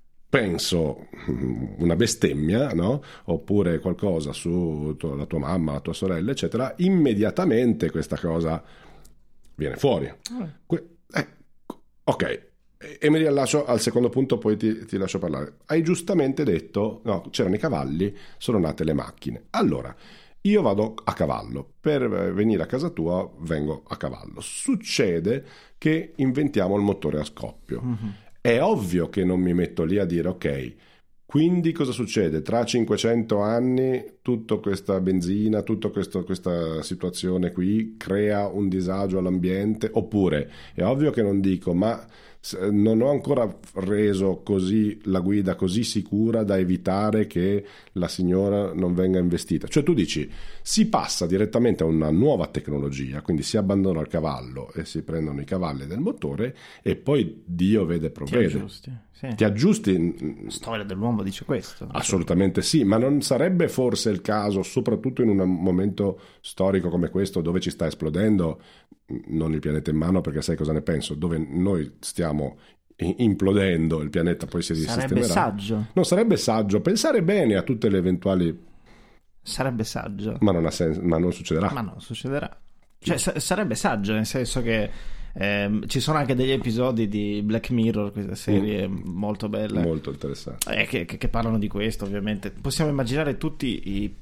penso una bestemmia, no? Oppure qualcosa su tu, la tua mamma, la tua sorella, eccetera, immediatamente questa cosa viene fuori. Uh-huh. Que- eh, ok, E, e mi rilascio al secondo punto, poi ti, ti lascio parlare. Hai giustamente detto, no, c'erano i cavalli, sono nate le macchine. Allora, io vado a cavallo, per venire a casa tua vengo a cavallo. Succede che inventiamo il motore a scoppio. Mm-hmm. È ovvio che non mi metto lì a dire ok, quindi cosa succede? Tra cinquecento anni tutta questa benzina, tutta questo, questa situazione qui crea un disagio all'ambiente? Oppure è ovvio che non dico ma non ho ancora reso così la guida così sicura da evitare che la signora non venga investita. Cioè tu dici si passa direttamente a una nuova tecnologia, quindi si abbandona il cavallo e si prendono i cavalli del motore e poi Dio vede provvede. Ti aggiusti, sì. Ti aggiusti. La storia dell'uomo dice questo. Assolutamente sì, ma non sarebbe forse il caso, soprattutto in un momento storico come questo dove ci sta esplodendo, non il pianeta in mano, perché sai cosa ne penso, dove noi stiamo implodendo, il pianeta poi si risistemerà. Sarebbe saggio. Non sarebbe saggio pensare bene a tutte le eventuali. Sarebbe saggio. Ma non ha senso, ma non succederà. Ma non succederà. Cioè sa- sarebbe saggio, nel senso che ehm, ci sono anche degli episodi di Black Mirror, questa serie mm. molto bella, molto interessante, eh, che, che, che parlano di questo. Ovviamente possiamo immaginare tutti i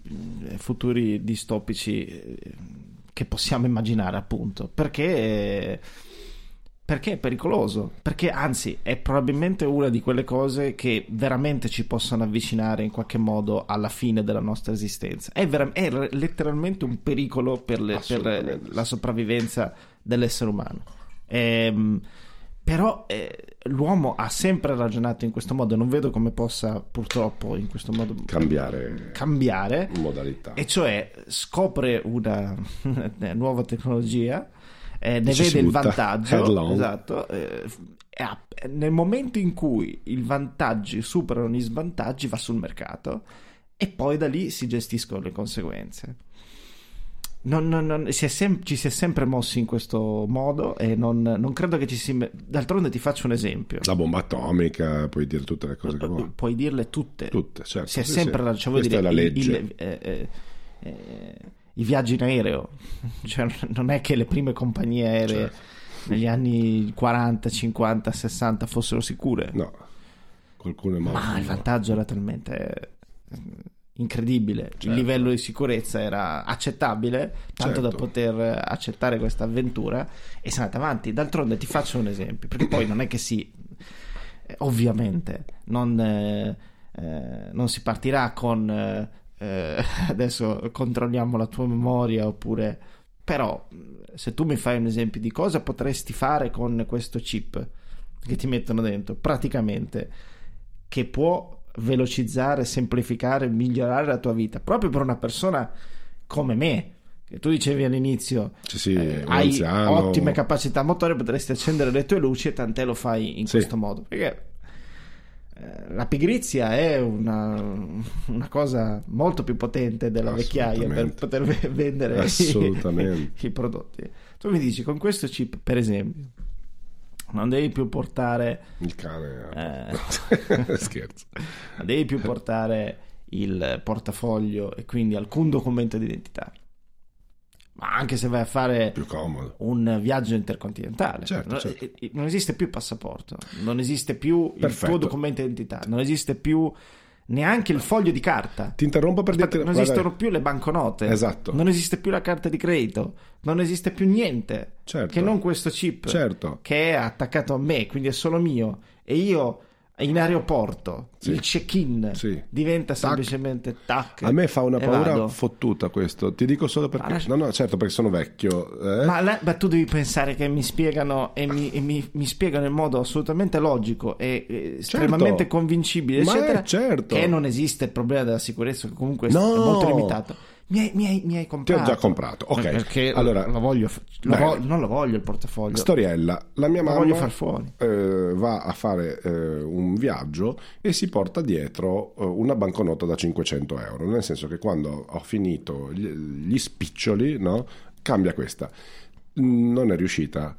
futuri distopici eh, che possiamo immaginare, appunto, perché perché è pericoloso, perché anzi è probabilmente una di quelle cose che veramente ci possono avvicinare in qualche modo alla fine della nostra esistenza. È, vera- è letteralmente un pericolo per, le, per la sopravvivenza dell'essere umano. Ehm, però eh, l'uomo ha sempre ragionato in questo modo, non vedo come possa purtroppo in questo modo cambiare, cambiare modalità, e cioè scopre una nuova tecnologia, eh, ne vede il vantaggio, esatto, eh, eh, nel momento in cui i vantaggi superano gli svantaggi va sul mercato e poi da lì si gestiscono le conseguenze. Non, non, non, si è sem- ci si è sempre mossi in questo modo e non, non credo che ci si me- d'altronde ti faccio un esempio, la bomba atomica, puoi dire tutte le cose che vuoi, puoi dirle tutte, tutte certo, si è sì, sempre sì. Cioè, questa dire, è la legge. il, il, eh, eh, eh, i viaggi in aereo, cioè non è che le prime compagnie aeree certo. negli anni quaranta, cinquanta, sessanta fossero sicure, no, qualcuno è morto, ma il vantaggio era talmente incredibile, certo. Il livello di sicurezza era accettabile tanto certo. da poter accettare questa avventura e si è andata avanti. D'altronde ti faccio un esempio, perché poi non è che si eh, ovviamente non, eh, eh, non si partirà con eh, adesso controlliamo la tua memoria, oppure però se tu mi fai un esempio di cosa potresti fare con questo chip che ti mettono dentro, praticamente, che può velocizzare, semplificare, migliorare la tua vita, proprio per una persona come me, che tu dicevi all'inizio, sì, sì, eh, hai anziano. Ottime capacità motorie, potresti accendere le tue luci e tant'è lo fai in sì. questo modo, perché eh, la pigrizia è una, una cosa molto più potente della vecchiaia per poter vendere i, i prodotti. Tu mi dici, con questo chip per esempio non devi più portare il cane, eh, scherzo, non devi più portare il portafoglio e quindi alcun documento di identità, ma anche se vai a fare più comodo un viaggio intercontinentale, certo, non, certo. non esiste più passaporto, non esiste più Perfetto. il tuo documento di identità, non esiste più neanche il foglio di carta. Ti interrompo per Aspetta, dirti, non esistono più le banconote, esatto. Non esiste più la carta di credito, non esiste più niente, certo. che non questo chip, certo. che è attaccato a me, quindi è solo mio, e io in aeroporto sì. il check-in sì. diventa semplicemente tac. A me fa una paura vado. fottuta questo, ti dico solo perché ma... no no certo perché sono vecchio, eh? ma, la, ma tu devi pensare che mi spiegano e mi, e mi, mi spiegano in modo assolutamente logico e, e estremamente certo. convincibile, ma eccetera, certo. che non esiste il problema della sicurezza, che comunque no. è molto limitato. Mi hai, mi, hai, mi hai comprato. Ti ho già comprato, ok. Perché allora, lo voglio, lo voglio, non lo voglio il portafoglio. Storiella, la mia lo mamma voglio far fuori. Eh, va a fare eh, un viaggio e si porta dietro eh, una banconota da cinquecento euro, nel senso che quando ho finito gli, gli spiccioli, no, cambia questa. Non è riuscita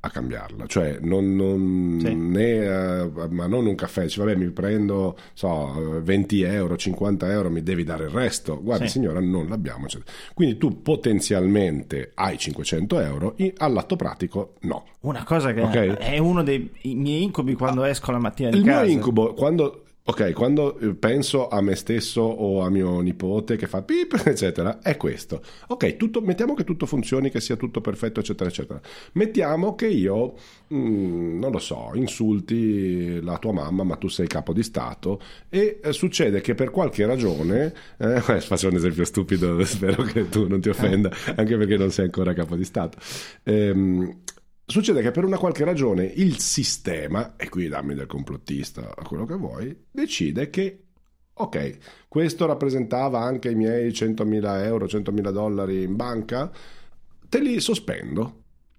a cambiarla, cioè non, non Sì. né, uh, ma non un caffè, dice vabbè mi prendo so venti euro, cinquanta euro, mi devi dare il resto, guarda Sì. signora non l'abbiamo, eccetera. Quindi tu potenzialmente hai cinquecento euro, in- all'atto pratico no. Una cosa che Ok. è uno dei i miei incubi quando esco la mattina di Il casa. mio incubo, quando ok, quando eh, penso a me stesso o a mio nipote che fa pip, eccetera, è questo. Ok, tutto, mettiamo che tutto funzioni, che sia tutto perfetto, eccetera, eccetera. Mettiamo che io, mm, non lo so, insulti la tua mamma, ma tu sei capo di Stato, e eh, succede che per qualche ragione, eh, faccio un esempio stupido, spero che tu non ti offenda, anche perché non sei ancora capo di Stato. Ehm, Succede che per una qualche ragione il sistema, e qui dammi del complottista a quello che vuoi, decide che, ok, questo rappresentava anche i miei centomila euro, centomila dollari in banca, te li sospendo.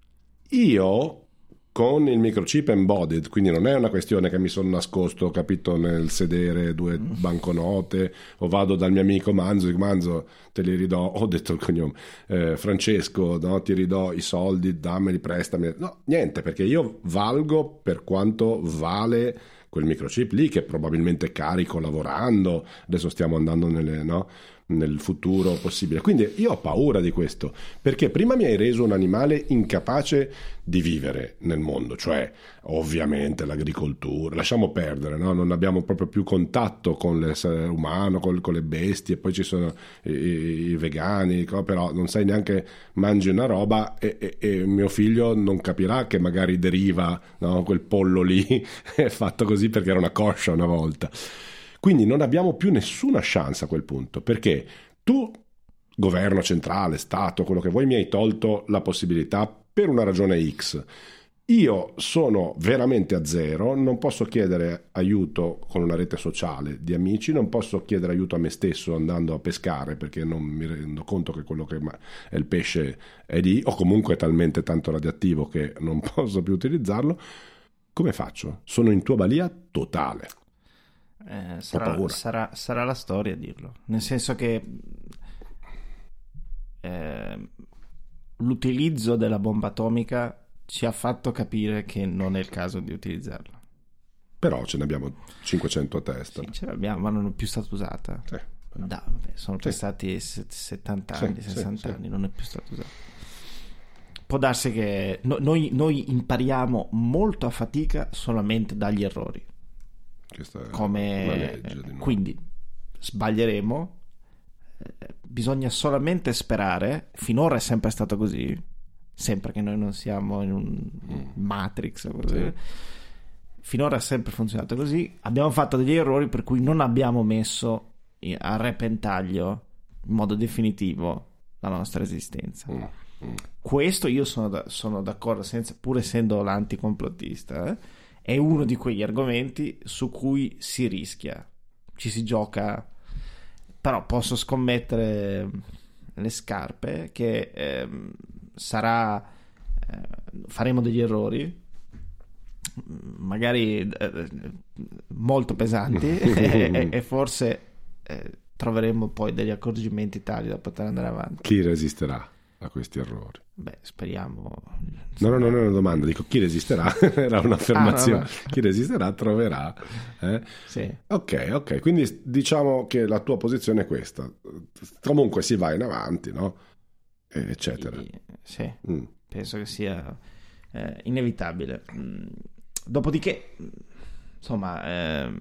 Io, con il microchip embodied, quindi non è una questione che mi sono nascosto, capito, nel sedere due banconote, o vado dal mio amico Manzo, dico Manzo, te li ridò, ho detto il cognome, eh, Francesco, no, ti ridò i soldi, dammeli, prestami. No, niente, perché io valgo per quanto vale quel microchip lì, che probabilmente carico lavorando, adesso stiamo andando nelle, no, nel futuro possibile. Quindi io ho paura di questo, perché prima mi hai reso un animale incapace di vivere nel mondo, cioè ovviamente l'agricoltura, lasciamo perdere, no? Non abbiamo proprio più contatto con l'essere umano, con, con le bestie, poi ci sono i, i vegani, però non sai neanche, mangi una roba e, e, e mio figlio non capirà che magari deriva, no? Quel pollo lì è fatto così perché era una coscia una volta. Quindi non abbiamo più nessuna chance a quel punto, perché tu, governo centrale, Stato, quello che vuoi, mi hai tolto la possibilità per una ragione X. Io sono veramente a zero, non posso chiedere aiuto con una rete sociale di amici, non posso chiedere aiuto a me stesso andando a pescare perché non mi rendo conto che quello che è il pesce è lì, o comunque è talmente tanto radioattivo che non posso più utilizzarlo. Come faccio? Sono in tua balia totale. Eh, sarà, sarà, sarà la storia a dirlo, nel senso che eh, l'utilizzo della bomba atomica ci ha fatto capire che non è il caso di utilizzarla. Però ce ne abbiamo cinquecento a testa. Sì, ce l'abbiamo, ma non è più stata usata. Sì. Da, vabbè, sono Sì. passati settanta anni, Sì, sessanta sì, anni, sì. non è più stata usata. Può darsi che no- noi, noi impariamo molto a fatica solamente dagli errori. Questa è Come una legge di nuovo. quindi sbaglieremo, eh, bisogna solamente sperare, finora è sempre stato così, sempre che noi non siamo in un Matrix o così. Sì. Finora è sempre funzionato così, abbiamo fatto degli errori per cui non abbiamo messo a repentaglio in modo definitivo la nostra esistenza. Mm, mm. Questo io sono, da- sono d'accordo, senza, pur essendo l'anticomplottista, eh, è uno di quegli argomenti su cui si rischia, ci si gioca, però posso scommettere le scarpe che ehm, sarà eh, faremo degli errori magari eh, molto pesanti e, e- e forse eh, troveremo poi degli accorgimenti tali da poter andare avanti. Chi resisterà a questi errori? Beh, speriamo. No, no, non è una domanda, dico chi resisterà, era un'affermazione. Ah, no, no. Chi resisterà troverà. Eh? Sì. Ok, ok, quindi diciamo che la tua posizione è questa. Comunque si va in avanti, no? Eh, Eccetera. Sì, Mm. penso che sia eh, inevitabile. Mm, Dopodiché, insomma, ehm,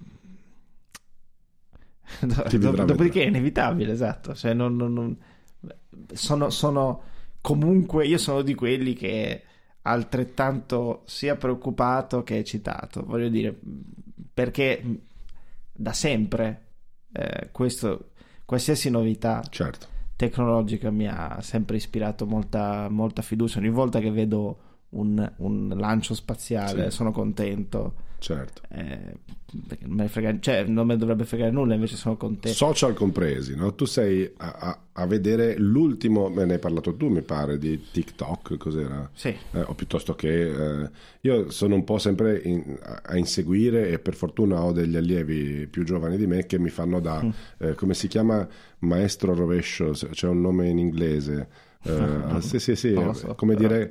do- Chi do- vedrà, dopodiché vedrà. è inevitabile, esatto. Cioè, non, non- non- sono, sono comunque, io sono di quelli che altrettanto sia preoccupato che eccitato, voglio dire, perché da sempre eh, questo, qualsiasi novità Certo. tecnologica mi ha sempre ispirato molta, molta fiducia. Ogni volta che vedo un, un lancio spaziale Sì. sono contento, Certo. eh, perché non me ne frega, cioè non me ne dovrebbe fregare nulla, invece sono contento. Social compresi, no? Tu sei a, a- a vedere l'ultimo, me ne hai parlato tu mi pare, di TikTok, cos'era? Sì, Eh, o piuttosto che eh, io sono un po' sempre in- a, a inseguire, e per fortuna ho degli allievi più giovani di me che mi fanno da Mm. eh, come si chiama, maestro rovescio, se- c'è un nome in inglese, eh, sì sì sì, Non lo so, come però. dire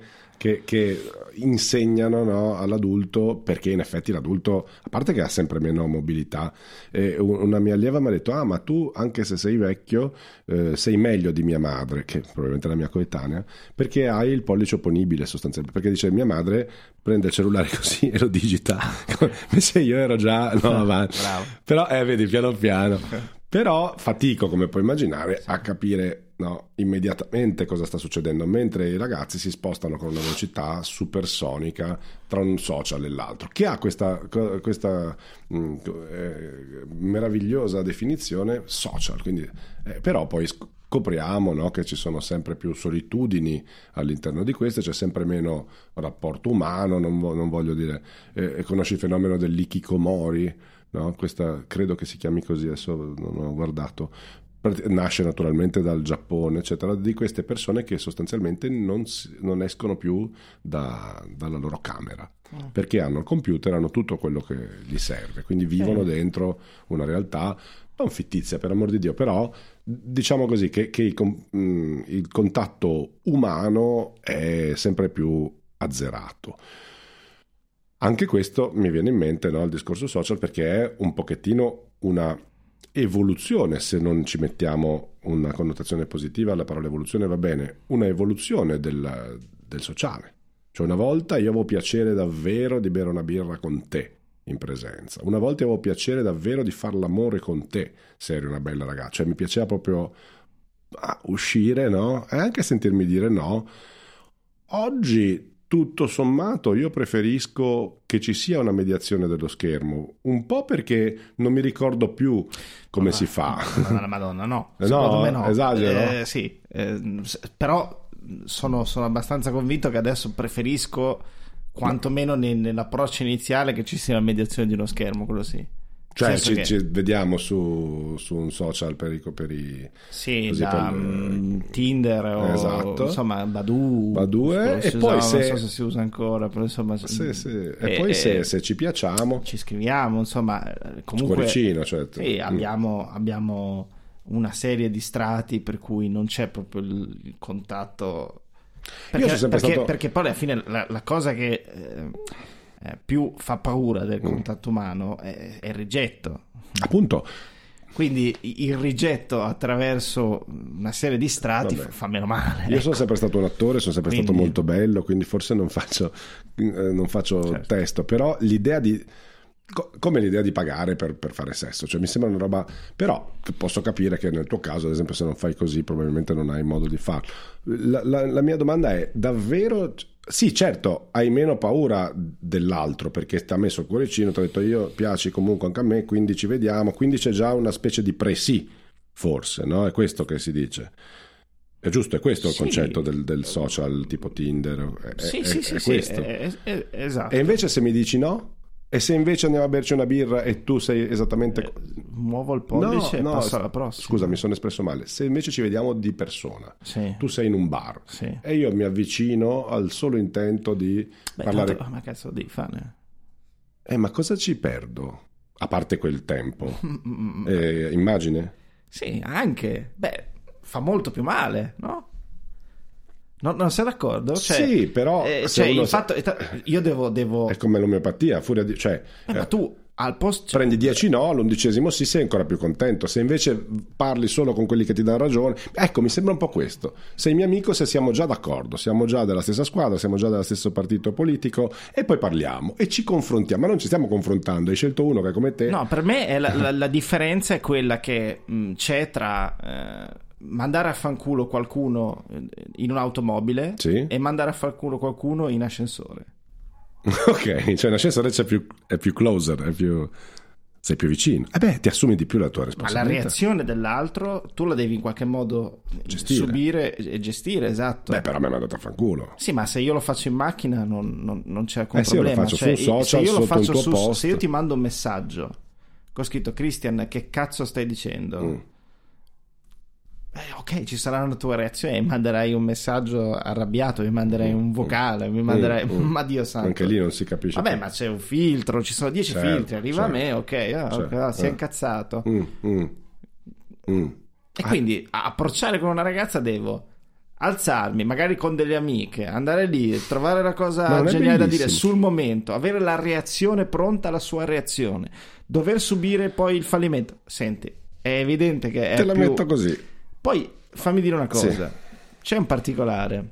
che, che insegnano, no, all'adulto, perché in effetti l'adulto, a parte che ha sempre meno mobilità, eh, una mia allieva mi ha detto: ah, ma tu anche se sei vecchio eh, sei meglio di mia madre, che probabilmente è la mia coetanea, perché hai il pollice opponibile sostanzialmente, perché dice mia madre prende il cellulare così e lo digita, invece io ero già no, avanti. Bravo. Però eh, vedi, piano piano. Però fatico, come puoi immaginare, a capire, no, immediatamente cosa sta succedendo, mentre i ragazzi si spostano con una velocità supersonica tra un social e l'altro, che ha questa, questa mh, eh, meravigliosa definizione social. Quindi, eh, però poi scopriamo, no, che ci sono sempre più solitudini all'interno di queste, c'è sempre meno rapporto umano, non, vo- non voglio dire, eh, conosci il fenomeno dell'ikikomori? No, questa credo che si chiami così, adesso non ho guardato, nasce naturalmente dal Giappone, eccetera, di queste persone che sostanzialmente non, si, non escono più da, dalla loro camera, mm. perché hanno il computer, hanno tutto quello che gli serve, quindi vivono sì. dentro una realtà non fittizia, per amor di Dio, però diciamo così che, che il, il contatto umano è sempre più azzerato. Anche questo mi viene in mente, no, il discorso social, perché è un pochettino una evoluzione, se non ci mettiamo una connotazione positiva alla parola evoluzione va bene, una evoluzione del, del sociale. Cioè una volta io avevo piacere davvero di bere una birra con te in presenza, una volta avevo piacere davvero di far l'amore con te se eri una bella ragazza, cioè mi piaceva proprio ah, uscire, no? E anche sentirmi dire no. Oggi tutto sommato io preferisco che ci sia una mediazione dello schermo, un po' perché non mi ricordo più come ma, si fa. Ma, Madonna, no, eh secondo no, me no. Esagero? Eh, sì, eh, però sono, sono abbastanza convinto che adesso preferisco quantomeno no. nell'approccio iniziale che ci sia la mediazione di uno schermo, quello sì. Cioè ci, che... ci vediamo su, su un social per i, per i sì, così, da per, um, Tinder o esatto. insomma Badoo, Badoo e poi usava, se non so se si usa ancora, però insomma sì, sì. E, e poi e, se, se ci piacciamo ci scriviamo, insomma comunque cuoricino, certo. Sì, abbiamo, abbiamo una serie di strati per cui non c'è proprio il, il contatto, perché, Io sono sempre perché, stato... perché poi alla fine la, la cosa che eh, eh, più fa paura del contatto umano è, è il rigetto, appunto. Quindi il rigetto attraverso una serie di strati Vabbè. fa meno male. Io ecco. sono sempre stato un attore, sono sempre quindi... stato molto bello, quindi forse non faccio, eh, non faccio certo. testo, però l'idea di co- come l'idea di pagare per, per fare sesso, cioè mi sembra una roba, però posso capire che nel tuo caso, ad esempio, se non fai così probabilmente non hai modo di farlo. La, la, la mia domanda è davvero... Sì, certo, hai meno paura dell'altro perché ti ha messo il cuoricino, ti ha detto io piaci comunque anche a me, quindi ci vediamo, quindi c'è già una specie di pre-sì, forse, no? È questo che si dice. È giusto, è questo il sì. concetto del, del social tipo Tinder, è, sì, è, sì, è, sì, è sì, questo. È, è, è, esatto. E invece se mi dici no? E se invece andiamo a berci una birra e tu sei esattamente... Eh, muovo il pollice no, e no, passo alla prossima. Scusa, mi sono espresso male. Se invece ci vediamo di persona, sì. tu sei in un bar sì. e io mi avvicino al solo intento di Beh, parlare... Tanto, ma cazzo devi fare? Eh, ma cosa ci perdo? A parte quel tempo. eh, immagine? Sì, anche. Beh, fa molto più male, no? No, non sei d'accordo? Cioè, sì, però eh, se cioè, uno il sa... fatto io devo, devo... è come l'omeopatia, a furia di... cioè, eh, ma eh, tu al posto cioè... prendi dieci no, all'undicesimo sì, sei ancora più contento. Se invece parli solo con quelli che ti danno ragione, ecco, mi sembra un po' questo. Sei mio amico se siamo già d'accordo, siamo già della stessa squadra, siamo già dello stesso partito politico e poi parliamo e ci confrontiamo, ma non ci stiamo confrontando, hai scelto uno che è come te. No, per me è la, la, la differenza è quella che mh, c'è tra... Eh... mandare a fanculo qualcuno in un'automobile sì. e mandare a fanculo qualcuno in ascensore. Ok, cioè in ascensore c'è più, è più closer, è più, sei più vicino. E eh beh, ti assumi di più la tua responsabilità. Ma la reazione dell'altro tu la devi in qualche modo gestire. subire e gestire, esatto. Beh, però mi ha mandato a fanculo. Sì, ma se io lo faccio in macchina non, non, non c'è alcun eh sì, problema. Io lo faccio cioè, su un social, se io lo sotto faccio un tuo su, post. Se io ti mando un messaggio con scritto Christian, che cazzo stai dicendo? Mm. Eh, ok, ci sarà una tua reazione, mi manderai un messaggio arrabbiato, mi manderai un vocale, mi manderai mm, mm. ma Dio santo. Anche lì non si capisce. Vabbè, più. Ma c'è un filtro, ci sono dieci certo, filtri, arriva certo, a me, ok, ah, certo, okay ah, si è eh. incazzato. Mm, mm, mm. E quindi a approcciare con una ragazza devo alzarmi magari con delle amiche, andare lì, trovare la cosa Ma non è geniale da dire bellissimo? sul momento, avere la reazione pronta alla sua reazione, dover subire poi il fallimento. Senti, è evidente che è Te la più... metto così. Poi fammi dire una cosa, Sì. c'è un particolare.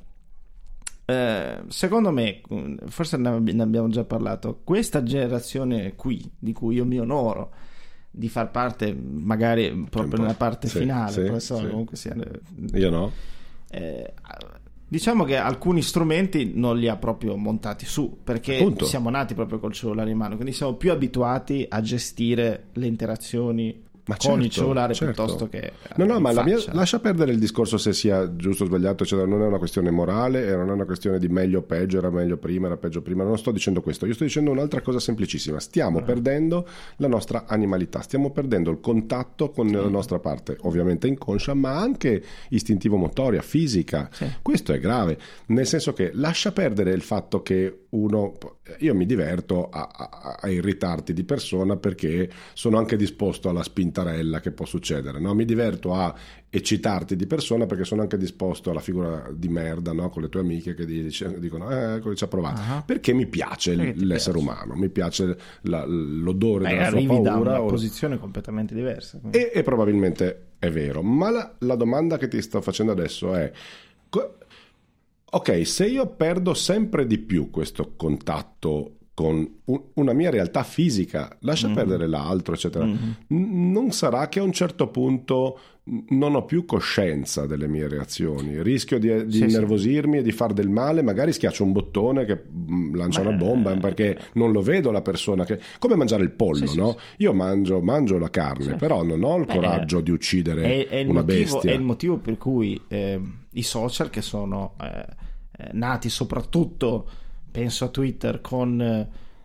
Eh, secondo me, forse ne ne abbiamo già parlato, questa generazione qui, di cui io mi onoro di far parte, magari proprio nella parte Sì, finale, sì, però so, sì. comunque sia, Io no. eh, diciamo che alcuni strumenti non li ha proprio montati su, perché Appunto. siamo nati proprio col cellulare in mano, quindi siamo più abituati a gestire le interazioni Ma con certo, il cellulare certo. piuttosto che No, no, in ma la mia, faccia. lascia perdere il discorso se sia giusto o sbagliato, eccetera. Non è una questione morale e non è una questione di meglio o peggio, era meglio prima, era peggio prima. Non sto dicendo questo, io sto dicendo un'altra cosa semplicissima. Stiamo Ah. perdendo la nostra animalità, stiamo perdendo il contatto con la nostra parte, ovviamente inconscia, ma anche istintivo-motoria, fisica. Sì. Questo è grave, nel senso che lascia perdere il fatto che uno... Io mi diverto a, a, a irritarti di persona perché sono anche disposto alla spintarella che può succedere, no? Mi diverto a eccitarti di persona perché sono anche disposto alla figura di merda, no? Con le tue amiche che dice- dicono eh, ecco, ci ha provato, Ah. perché mi piace Perché ti l'essere piace. umano, mi piace la- l'odore Eh, della sua arrivi da paura una o- posizione completamente diversa, quindi. e, e probabilmente è vero, ma la, la domanda che ti sto facendo adesso è co- ok, se io perdo sempre di più questo contatto con un- una mia realtà fisica, lascia Mm-hmm. perdere l'altro, eccetera, n- non sarà che a un certo punto n- non ho più coscienza delle mie reazioni, rischio di, di Sì, sì. innervosirmi e di far del male, magari schiaccio un bottone che mm, lancia Beh, una bomba perché non lo vedo la persona che... come mangiare il pollo, Sì, sì, no? Io mangio, mangio la carne, Sì. però non ho il Beh, coraggio di uccidere è, è il una motivo, bestia. è il motivo per cui eh, i social, che sono eh, eh, nati soprattutto, penso a Twitter, con eh,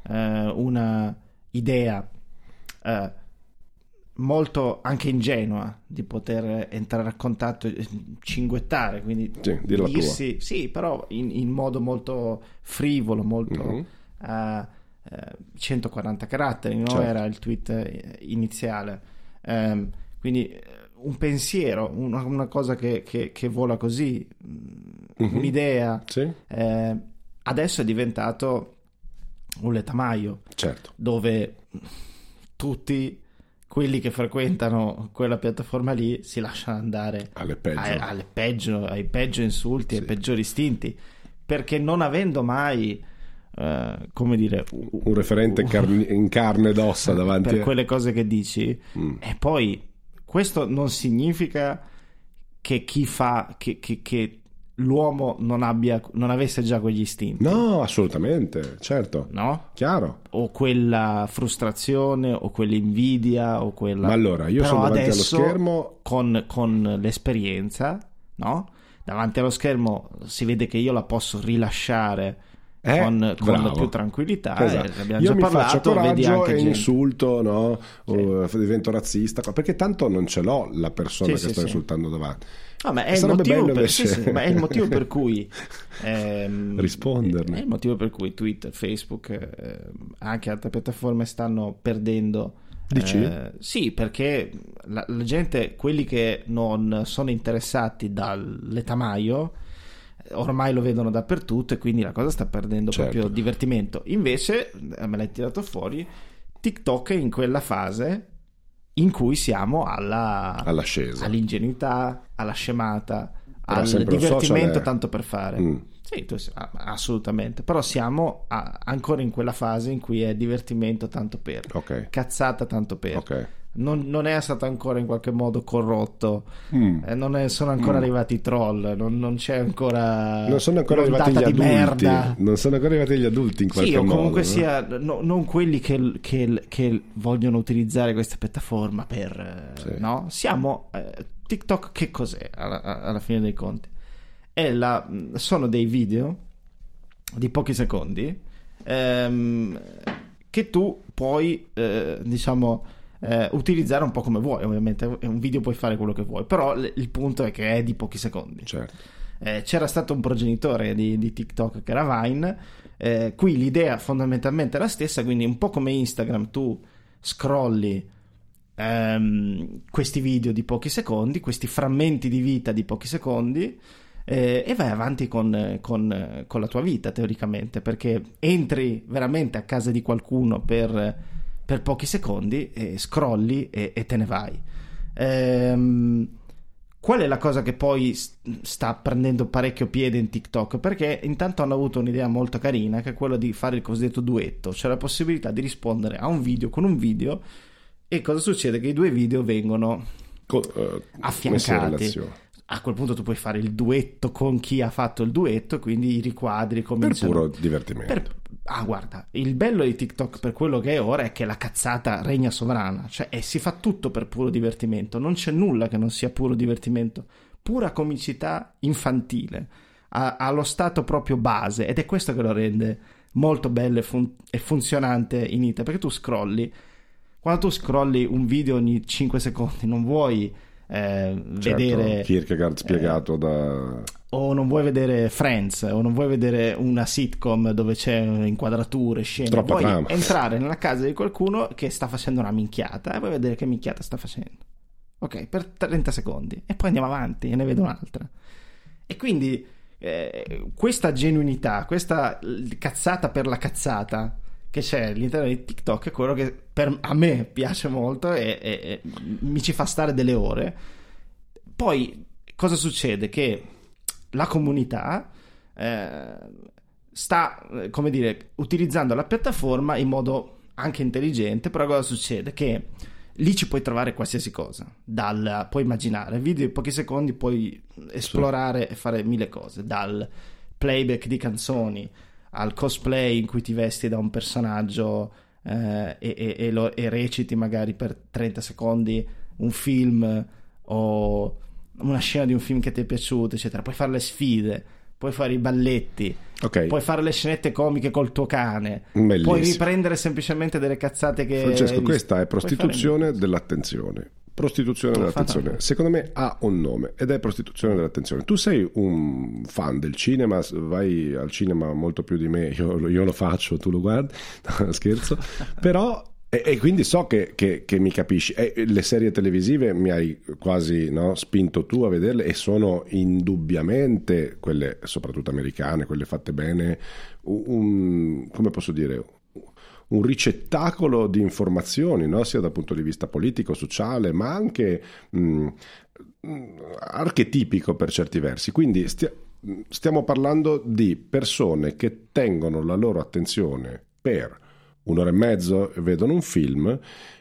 una idea eh, molto anche ingenua di poter entrare a contatto, eh, cinguettare, quindi Sì, dire la dirsi, sì, però in, in modo molto frivolo, molto Mhm. eh, eh, centoquaranta caratteri, no? Certo. Era il tweet eh, iniziale. Ehm, quindi eh, un pensiero, una, una cosa che, che, che vola così, Mhm. un'idea, Sì, eh, adesso è diventato un letamaio certo. dove tutti quelli che frequentano quella piattaforma lì si lasciano andare Alle peggio. ai, alle peggio, ai peggio insulti, Sì. ai peggiori istinti, perché non avendo mai eh, come dire Un referente carni- in carne ed ossa davanti per a... quelle cose che dici, Mm. e poi questo non significa che chi fa che, che, che l'uomo non abbia non avesse già quegli istinti, No, assolutamente, certo. no? Chiaro. O quella frustrazione o quell'invidia o quella... Ma allora, io Però sono davanti allo adesso, schermo... con, con l'esperienza, no? Davanti allo schermo si vede che io la posso rilasciare Eh, con, con bravo. più tranquillità. Esatto. eh, abbiamo Io già mi faccio parlato, vedi coraggio anche e gente. insulto, no? O divento razzista, perché tanto non ce l'ho la persona Sì, che sì, sto sì. insultando davanti. Ah, ma è il, Sarebbe motivo bello per, invece sì, sì, ma è il motivo per cui ehm, risponderne. è il motivo per cui Twitter, Facebook, eh, anche altre piattaforme stanno perdendo. Dici? Eh, sì, perché la, la gente, quelli che non sono interessati dal letamaio, eh, ormai lo vedono dappertutto e quindi la cosa sta perdendo Certo. proprio divertimento. Invece, eh, me l'hai tirato fuori, TikTok è in quella fase in cui siamo alla, All'ascesa. all'ingenuità, alla scemata, Però al sempre un divertimento social è- tanto per fare. Mm. Sì, tu- ah, assolutamente. Però siamo a- ancora in quella fase in cui è divertimento tanto per, Ok, cazzata tanto per. ok. Non, non è stato ancora in qualche modo corrotto, Mm. eh, non è- sono ancora Mm. arrivati i troll, non, non c'è ancora Non sono ancora arrivati gli l'ondata di adulti. merda. Non sono ancora arrivati gli adulti in qualche Sì, o modo. comunque no? sia, no- non quelli che, che- che vogliono utilizzare questa piattaforma per... eh, Sì. no? Siamo... eh, TikTok che cos'è alla, alla fine dei conti? È la, sono dei video di pochi secondi ehm, che tu puoi, eh, diciamo... eh, utilizzare un po' come vuoi. Ovviamente è un video, puoi fare quello che vuoi, però l- il punto è che è di pochi secondi. Certo. Eh, c'era stato un progenitore di, di TikTok che era Vine. Eh, qui l'idea fondamentalmente è la stessa, quindi un po' come Instagram, tu scrolli ehm, questi video di pochi secondi, questi frammenti di vita di pochi secondi, eh, e vai avanti con, con, con la tua vita teoricamente, perché entri veramente a casa di qualcuno per, per pochi secondi e scrolli e, e te ne vai. Ehm, qual è la cosa che poi sta prendendo parecchio piede in TikTok? Perché intanto hanno avuto un'idea molto carina, che è quella di fare il cosiddetto duetto, cioè la possibilità di rispondere a un video con un video, e cosa succede? Che i due video vengono Co- uh, affiancati. A quel punto tu puoi fare il duetto con chi ha fatto il duetto, quindi i riquadri cominciano... Per puro divertimento. Per... Ah, guarda, il bello di TikTok per quello che è ora è che la cazzata regna sovrana, cioè e si fa tutto per puro divertimento, non c'è nulla che non sia puro divertimento, pura comicità infantile, ha, ha lo stato proprio base, ed è questo che lo rende molto bello e, fun- e funzionante in iter, perché tu scrolli, quando tu scrolli un video ogni cinque secondi non vuoi... Eh, certo, vedere Kierkegaard spiegato eh, da o non vuoi vedere Friends o non vuoi vedere una sitcom dove c'è inquadrature, scene, troppa vuoi trama. entrare nella casa di qualcuno che sta facendo una minchiata e vuoi vedere che minchiata sta facendo, ok, per trenta secondi e poi andiamo avanti e ne vedo un'altra. E quindi eh, questa genuinità, questa cazzata per la cazzata che c'è all'interno di TikTok è quello che per, a me piace molto e, e, e mi ci fa stare delle ore. Poi cosa succede? Che la comunità eh, sta, come dire, utilizzando la piattaforma in modo anche intelligente, però cosa succede? Che lì ci puoi trovare qualsiasi cosa, dal, puoi immaginare, video di pochi secondi puoi esplorare sì. e fare mille cose, dal playback di canzoni al cosplay in cui ti vesti da un personaggio eh, e, e, e, lo, e reciti magari per trenta secondi un film o una scena di un film che ti è piaciuto, eccetera. Puoi fare le sfide, puoi fare i balletti, okay. puoi fare le scenette comiche col tuo cane, bellissimo. Puoi riprendere semplicemente delle cazzate che Francesco, questa è prostituzione dell'attenzione. Prostituzione dell'attenzione, secondo me ha un nome ed è prostituzione dell'attenzione. Tu sei un fan del cinema, vai al cinema molto più di me, io, io lo faccio, tu lo guardi, no, scherzo, però e, e quindi so che, che, che mi capisci. E le serie televisive mi hai quasi no, spinto tu a vederle e sono indubbiamente quelle, soprattutto americane, quelle fatte bene, un, come posso dire, un ricettacolo di informazioni, no? Sia dal punto di vista politico, sociale, ma anche mh, archetipico per certi versi. Quindi stia, stiamo parlando di persone che tengono la loro attenzione per un'ora e mezzo e vedono un film,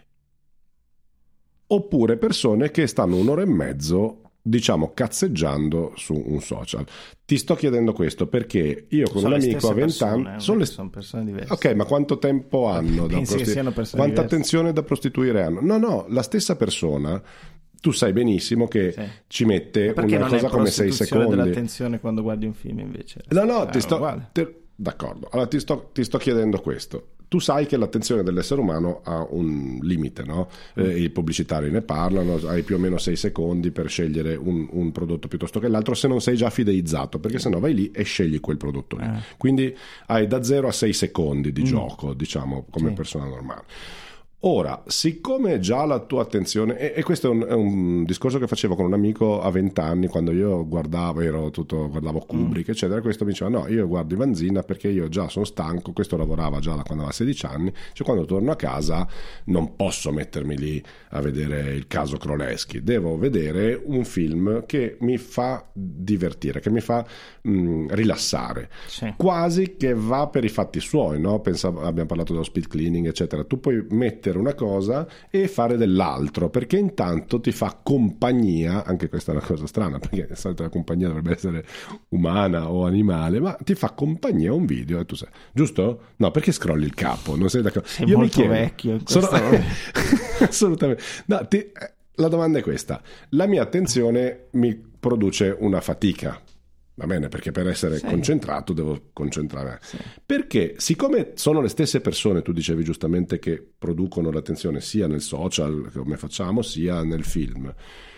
oppure persone che stanno un'ora e mezzo diciamo cazzeggiando su un social. Ti sto chiedendo questo perché io con sono un amico a venti anni sono, le... sono persone diverse. Ok, ma quanto tempo hanno da prostitu... quanta diverse. Attenzione da prostituire hanno? No, no, la stessa persona tu sai benissimo che sì. ci mette una cosa come sei secondi dell'attenzione quando guardi un film invece. No, no, ah, ti sto te... d'accordo. Allora ti sto, ti sto chiedendo questo. Tu sai che l'attenzione dell'essere umano ha un limite, no? Eh, i pubblicitari ne parlano, hai più o meno sei secondi per scegliere un, un prodotto piuttosto che l'altro, se non sei già fidelizzato, perché sennò vai lì e scegli quel prodotto lì. Eh. Quindi hai da zero a sei secondi di mm. gioco, diciamo, come sì. persona normale. Ora, siccome già la tua attenzione, e, e questo è un, è un discorso che facevo con un amico a vent'anni, quando io guardavo, ero tutto, guardavo Kubrick, mm. eccetera, questo mi diceva, no, io guardo Ivanzina perché io già sono stanco, questo lavorava già da quando aveva sedici anni, cioè quando torno a casa non posso mettermi lì a vedere il caso Krolewski, devo vedere un film che mi fa divertire, che mi fa mh, rilassare, sì. quasi che va per i fatti suoi, no? Pensavo, abbiamo parlato dello speed cleaning, eccetera, tu puoi mettere una cosa e fare dell'altro perché intanto ti fa compagnia, anche questa è una cosa strana perché di solito la compagnia dovrebbe essere umana o animale, ma ti fa compagnia un video e tu sai, giusto? No, perché scrolli il capo? Non sei d'accordo? Sei Io molto mi chiedo, vecchio sono... assolutamente no, ti... la domanda è questa: la mia attenzione mi produce una fatica, va bene, perché per essere sì. concentrato devo concentrare sì. perché siccome sono le stesse persone, tu dicevi giustamente, che producono l'attenzione sia nel social come facciamo sia nel film,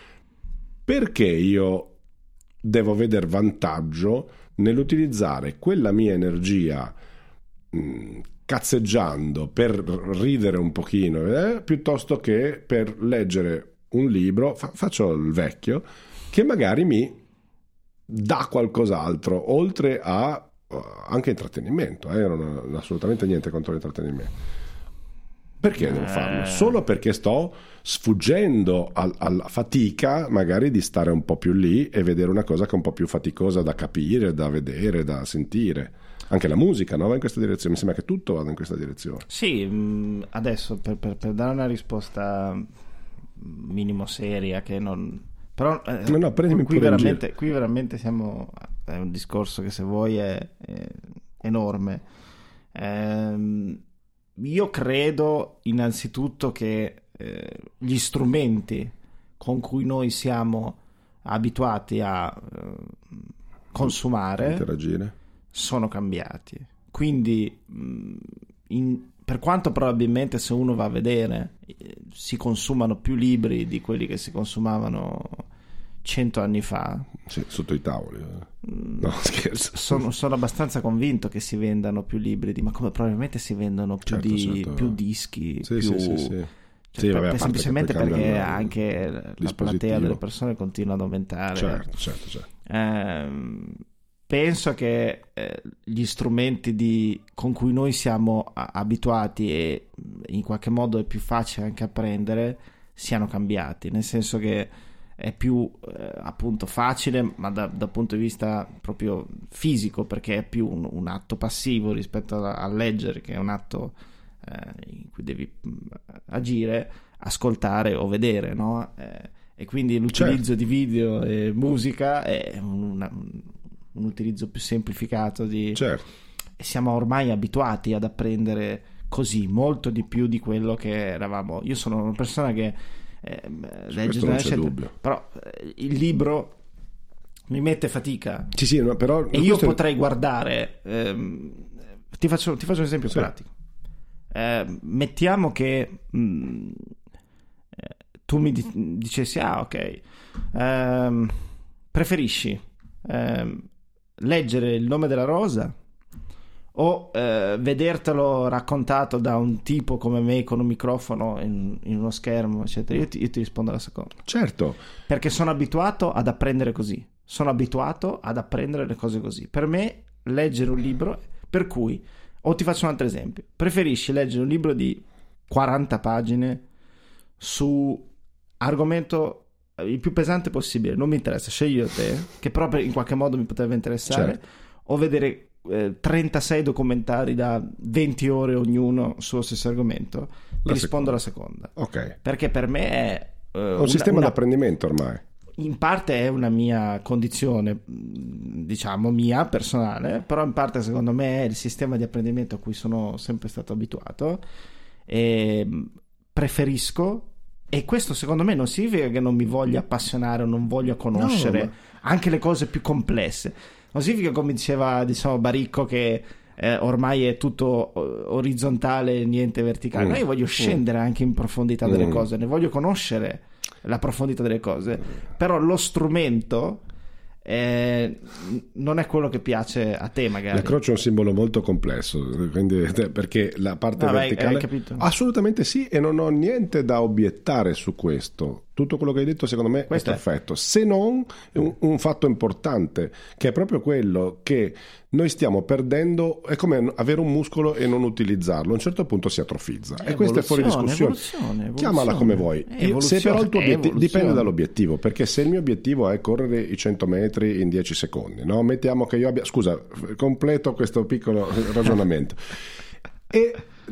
perché io devo vedere vantaggio nell'utilizzare quella mia energia mh, cazzeggiando per ridere un pochino eh, piuttosto che per leggere un libro, fa- faccio il vecchio che magari mi dà qualcos'altro, oltre a uh, anche intrattenimento, eh? Non ho assolutamente niente contro l'intrattenimento. Perché devo farlo? Solo perché sto sfuggendo al, alla fatica magari di stare un po' più lì e vedere una cosa che è un po' più faticosa da capire, da vedere, da sentire. Anche la musica, no? Va in questa direzione. Mi sembra che tutto vada in questa direzione. Sì, adesso per, per, per dare una risposta minimo seria, che non... Però eh, no, no, prendimi qui, pure in veramente, giro. qui veramente siamo... È un discorso che, se vuoi, è, è enorme. Ehm, io credo innanzitutto che eh, gli strumenti con cui noi siamo abituati a eh, consumare, interagire, sono cambiati. Quindi in, per quanto probabilmente, se uno va a vedere, eh, si consumano più libri di quelli che si consumavano cento anni fa, sì, sotto i tavoli. No, scherzo. Sono, sono abbastanza convinto che si vendano più libri di, ma come probabilmente si vendono più, Certo, di, certo. più dischi, Sì, più, sì, sì, sì. cioè, Sì, per- vabbè, a per- parte semplicemente che poi perché cambiano anche la dispositivo. platea delle persone continua ad aumentare. Certo, certo, certo. Ehm, penso che eh, gli strumenti di, con cui noi siamo a- abituati e in qualche modo è più facile anche apprendere, siano cambiati, nel senso che è più eh, appunto facile, ma da, dal punto di vista proprio fisico, perché è più un, un atto passivo rispetto a, a leggere, che è un atto eh, in cui devi mh, agire, ascoltare o vedere, no? Eh, e quindi l'utilizzo Certo. di video e musica è una, un, un utilizzo più semplificato di... Certo. E siamo ormai abituati ad apprendere così, molto di più di quello che eravamo. Io sono una persona che eh, legge, questo non c'è eccetera, dubbio. però eh, il libro mi mette fatica. Sì, sì, no, però E io questo- potrei guardare, ehm, ti, faccio, ti faccio un esempio Sì. pratico. Eh, mettiamo che mh, eh, tu mi di- dicessi, ah ok, ehm, preferisci ehm, leggere Il nome della rosa o eh, vedertelo raccontato da un tipo come me con un microfono in, in uno schermo, eccetera. Io ti, io ti rispondo alla seconda, Certo. perché sono abituato ad apprendere così, sono abituato ad apprendere le cose così. Per me leggere un libro, per cui, o ti faccio un altro esempio, preferisci leggere un libro di quaranta pagine su argomento il più pesante possibile, non mi interessa, scegli te, che proprio in qualche modo mi potrebbe interessare, Certo. o vedere eh, trentasei documentari da venti ore ognuno sullo stesso argomento? Ti La rispondo alla seconda, Ok. perché per me è eh, È un una- sistema una- d'apprendimento ormai. in parte è una mia condizione, mh, diciamo mia, personale, però in parte secondo me è il sistema di apprendimento a cui sono sempre stato abituato e mh, preferisco. E questo secondo me non significa che non mi voglia appassionare o non voglia conoscere No, ma- anche le cose più complesse. Non significa, come diceva, diciamo, Baricco, che eh, ormai è tutto eh, orizzontale e niente verticale. Mm. No, io voglio scendere anche in profondità delle Mm. cose, ne voglio conoscere la profondità delle cose, però lo strumento eh, non è quello che piace a te, magari. La croce è un simbolo molto complesso, quindi, perché la parte Ah, vai, verticale hai capito? assolutamente sì, e non ho niente da obiettare su questo. Tutto quello che hai detto secondo me Questo è è. perfetto, se non un, un fatto importante, che è proprio quello che noi stiamo perdendo. È come avere un muscolo e non utilizzarlo, a un certo punto si atrofizza, e questo è fuori Evoluzione, discussione. evoluzione, evoluzione. Chiamala come vuoi. È Io- se evoluzione, però il tuo è obiettivo evoluzione. dipende dall'obiettivo, perché se il mio obiettivo è correre i cento metri in dieci secondi, no? Mettiamo che io abbia, scusa, completo questo piccolo ragionamento, e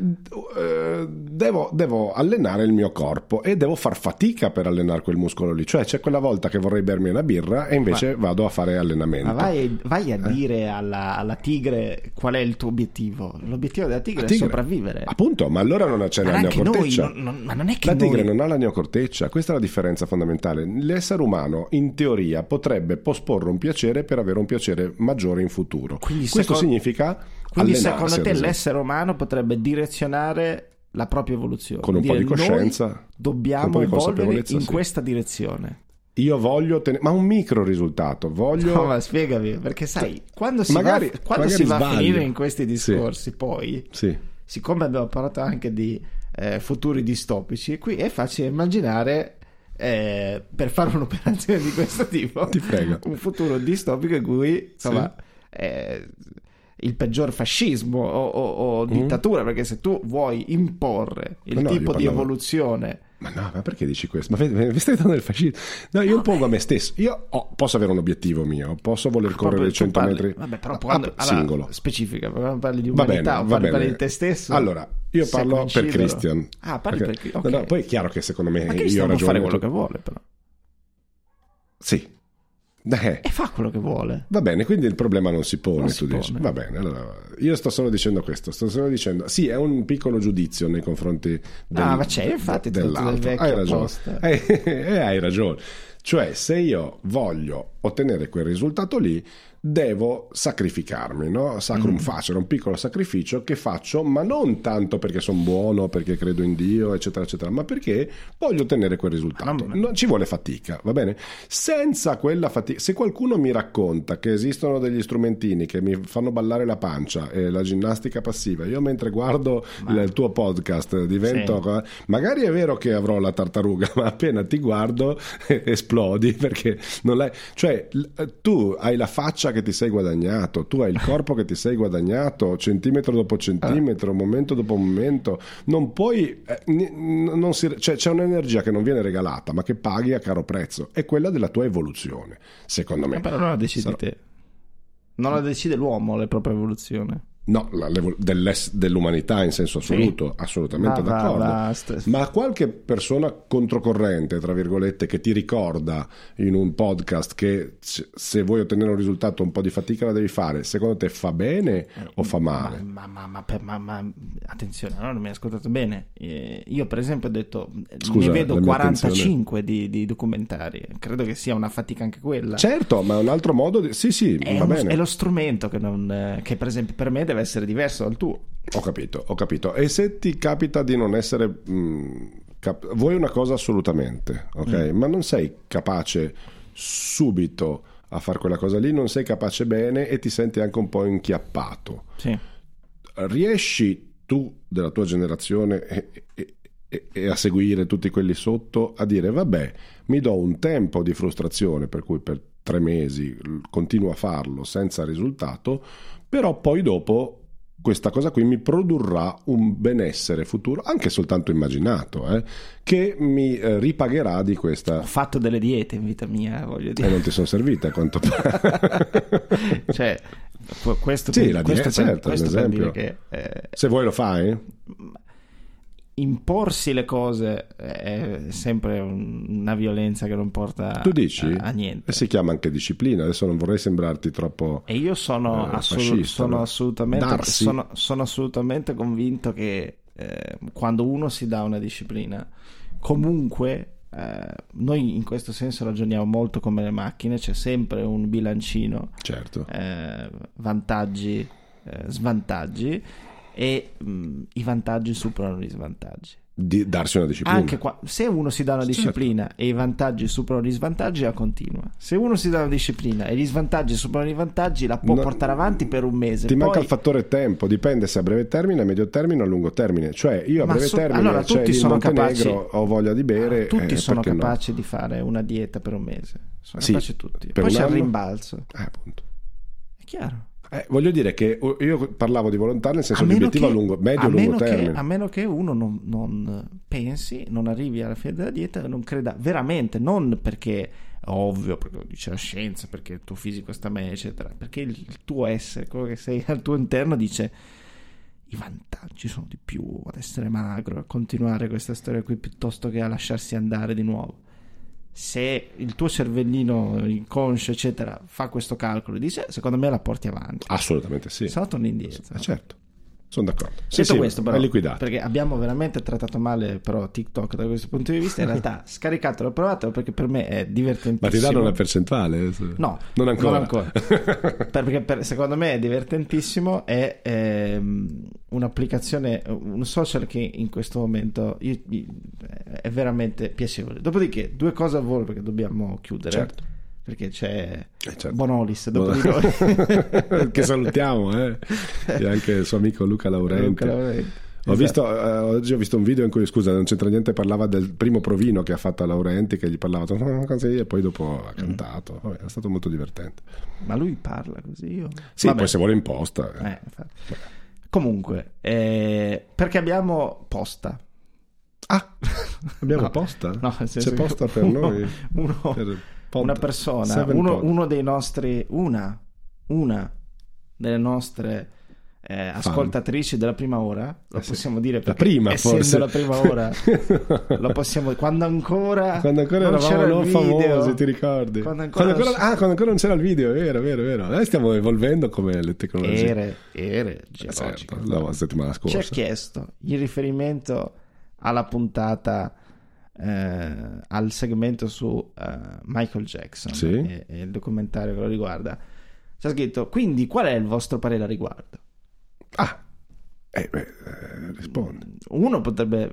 eh, devo, devo allenare il mio corpo e devo far fatica per allenare quel muscolo lì, cioè c'è quella volta che vorrei bermi una birra e invece vado a fare allenamento. Ma vai, vai Eh. a dire alla, alla tigre qual è il tuo obiettivo. L'obiettivo della tigre, La tigre. è sopravvivere. Appunto, ma allora non c'è Ma la anche noi, neocorteccia. non- non- ma non è che La tigre noi... non ha la neocorteccia, questa è la differenza fondamentale. L'essere umano, in teoria, potrebbe posporre un piacere per avere un piacere maggiore in futuro. Quindi Questo secondo- significa Quindi allenarsi, secondo te ad esempio. l'essere umano potrebbe direzionare la propria evoluzione? Con un po' Dire, di coscienza, noi con un dobbiamo po' di evolvere consapevolezza, in sì. questa direzione. Io voglio ottenere, ma un micro risultato, voglio... No, ma spiegami, perché sai, quando si magari- va, quando magari si va a sbaglio. finire in questi discorsi, poi, Sì. siccome abbiamo parlato anche di eh, futuri distopici, qui è facile immaginare eh, per fare un'operazione di questo tipo, ti prego, un futuro distopico in cui insomma sì. eh, il peggior fascismo o, o, o dittatura, mm. perché se tu vuoi imporre il no, tipo di evoluzione. Ma no, ma perché dici questo? Ma mi stai dando il fascismo? No, io no, pongo a me stesso. Io oh, posso avere un obiettivo mio, posso voler ah, correre cento parli, metri. Vabbè, però quando, ah, allora, singolo. Specifica, quando parli di umanità o parli, parli di te stesso. Allora, io parlo per Christian. Ah, parli perché, per okay. no, no, poi è chiaro che secondo me ma io ho ragione. Può fare quello che vuole, però. Sì. Eh. E fa quello che vuole. Va bene, quindi il problema non si pone, non tu si dici. Pone. Va bene, allora io sto solo dicendo questo, sto solo dicendo, sì, è un piccolo giudizio nei confronti del, ah, ma c'è, infatti, dell'altro. Del hai ragione. E eh, hai ragione. Cioè, se io voglio ottenere quel risultato lì, devo sacrificarmi, no? Sacrum mm. facere un piccolo sacrificio che faccio, ma non tanto perché sono buono, perché credo in Dio, eccetera, eccetera, ma perché voglio ottenere quel risultato. Non, non ci vuole fatica, va bene? Senza quella fatica, se qualcuno mi racconta che esistono degli strumentini che mi fanno ballare la pancia e la ginnastica passiva, io mentre guardo ma... il tuo podcast divento, sì. magari è vero che avrò la tartaruga, ma appena ti guardo esplodi perché non l'hai, cioè tu hai la faccia che ti sei guadagnato, tu hai il corpo che ti sei guadagnato centimetro dopo centimetro, momento dopo momento, non puoi eh, non si, cioè, c'è un'energia che non viene regalata ma che paghi a caro prezzo, è quella della tua evoluzione, secondo me. Ma però non la decidi Sarà... te, non la decide l'uomo la propria evoluzione. No, la, dell'umanità in senso assoluto, sì. assolutamente va, d'accordo. Va, va, ma qualche persona controcorrente, tra virgolette, che ti ricorda in un podcast che se vuoi ottenere un risultato un po' di fatica la devi fare, secondo te fa bene o fa male? Ma, ma, ma, ma, ma, ma attenzione, no, non mi hai ascoltato bene. Eh, io per esempio ho detto, Scusa, ne vedo quarantacinque di, di documentari, credo che sia una fatica anche quella. Certo, ma è un altro modo di... Sì, sì, è va un, bene. È lo strumento che, non, che per esempio per me deve essere diverso dal tuo. Ho capito, ho capito. E se ti capita di non essere mh, cap- vuoi una cosa assolutamente, ok? Mm. Ma non sei capace subito a fare quella cosa lì, non sei capace bene e ti senti anche un po' inchiappato. Sì. Riesci tu della tua generazione e, e, e, e a seguire tutti quelli sotto a dire vabbè, mi do un tempo di frustrazione per cui per tre mesi continuo a farlo senza risultato, però poi dopo questa cosa qui mi produrrà un benessere futuro, anche soltanto immaginato, eh, che mi eh, ripagherà di questa... Ho fatto delle diete in vita mia, voglio dire. E non ti sono servite a quanto pare. Cioè, questo, sì, per, la questo, dieta, per, certo, questo per per dire che... Eh, se vuoi lo fai? Imporsi le cose è sempre una violenza che non porta tu dici? A, a niente. E si chiama anche disciplina. Adesso non vorrei sembrarti troppo e io sono, eh, assolut- fascista, sono, no? assolutamente, sono, sono assolutamente convinto che eh, quando uno si dà una disciplina comunque eh, noi in questo senso ragioniamo molto come le macchine, c'è sempre un bilancino, certo. eh, vantaggi, eh, svantaggi e mh, i vantaggi superano gli svantaggi. Di darsi una disciplina. Anche qua, se uno si dà una disciplina certo. e i vantaggi superano gli svantaggi, la continua. Se uno si dà una disciplina e gli svantaggi superano i vantaggi, la può no, portare avanti per un mese. Ti Poi... manca il fattore tempo, dipende se a breve termine, a medio termine o a lungo termine. Cioè io a Ma breve so... termine allora, c'è tutti il sono Montenegro, capaci... ho voglia di bere. Ah, tutti eh, sono capaci no? di fare una dieta per un mese. Sono sì, capaci tutti. Per Poi c'è anno? il rimbalzo. Eh, appunto. È chiaro. Eh, voglio dire che io parlavo di volontà nel senso di obiettivo che, a lungo, medio e lungo termine. Che, a meno che uno non, non pensi, non arrivi alla fine della dieta e non creda veramente, non perché è ovvio, perché lo dice la scienza, perché il tuo fisico sta meglio, eccetera, perché il, il tuo essere, quello che sei al tuo interno dice i vantaggi sono di più ad essere magro, a continuare questa storia qui piuttosto che a lasciarsi andare di nuovo. Se il tuo cervellino inconscio eccetera fa questo calcolo e dice secondo me la porti avanti, assolutamente sì, se no torni indietro. Eh, certo, sono d'accordo. Sì, detto sì, questo però, è liquidato. perché abbiamo veramente trattato male però TikTok da questo punto di vista, in realtà scaricatelo, provatelo perché per me è divertentissimo. Ma ti danno una percentuale? No, non ancora, non ancora. Perché per, secondo me è divertentissimo, è ehm, un'applicazione, un social che in questo momento io, io, è veramente piacevole. Dopodiché due cose al volo perché dobbiamo chiudere, certo. perché c'è eh certo. Bonolis dopo di noi che salutiamo eh. e anche il suo amico Luca Laurenti. Luca Laurenti. Ho visto, eh, oggi ho visto un video in cui, scusa, non c'entra niente, parlava del primo provino che ha fatto a Laurenti, che gli parlava così e poi dopo ha cantato. Vabbè, è stato molto divertente. Ma lui parla così? Io... Sì, Vabbè. poi se vuole imposta. Eh. Eh, Comunque, eh, perché abbiamo posta. Ah, abbiamo no, posta? No, nel senso c'è posta che per uno, noi? Uno, per pod, una persona, uno, uno dei nostri, una, una delle nostre eh, ascoltatrici della prima ora, lo eh sì. possiamo dire perché la prima, essendo forse. la prima ora, lo possiamo, quando ancora, quando ancora non eravamo non video, famosi, ti ricordi? Quando ancora, quando ancora, ah, quando ancora non c'era il video, è vero, vero, vero. Noi stiamo evolvendo come le tecnologie. Ere, ere, eh, certo, la settimana scorsa. Ci ha chiesto il riferimento alla puntata, eh, al segmento su uh, Michael Jackson, sì? e, e il documentario che lo riguarda. C'è scritto: quindi qual è il vostro parere a riguardo? Ah, eh, beh, eh, rispondi. Uno potrebbe,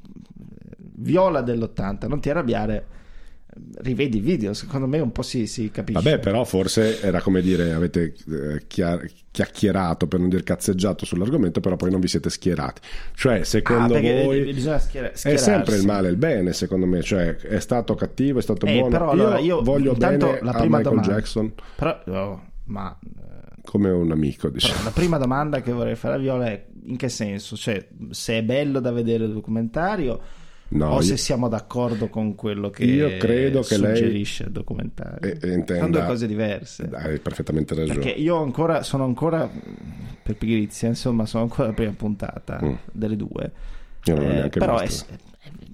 Viola dell'ottanta, non ti arrabbiare, rivedi i video, secondo me un po' si, si capisce. Vabbè, però forse era come dire, avete eh, chiar- chiacchierato, per non dire cazzeggiato sull'argomento, però poi non vi siete schierati. Cioè, secondo ah, voi bisogna schiera- è sempre il male e il bene, secondo me. Cioè, è stato cattivo, è stato eh, buono. Però, io, allora, io voglio bene la a prima Michael domanda, Jackson. Però, oh, ma come un amico, diciamo. Però la prima domanda che vorrei fare a Viola è: in che senso? Cioè, se è bello da vedere il documentario, no, o io... se siamo d'accordo con quello che io credo che suggerisce lei... il documentario. E, e intenda... Sono due cose diverse. Hai perfettamente ragione. Perché io ancora sono ancora, per pigrizia, insomma, sono ancora la prima puntata mm. delle due. Io non l'ho eh, neanche però visto. È,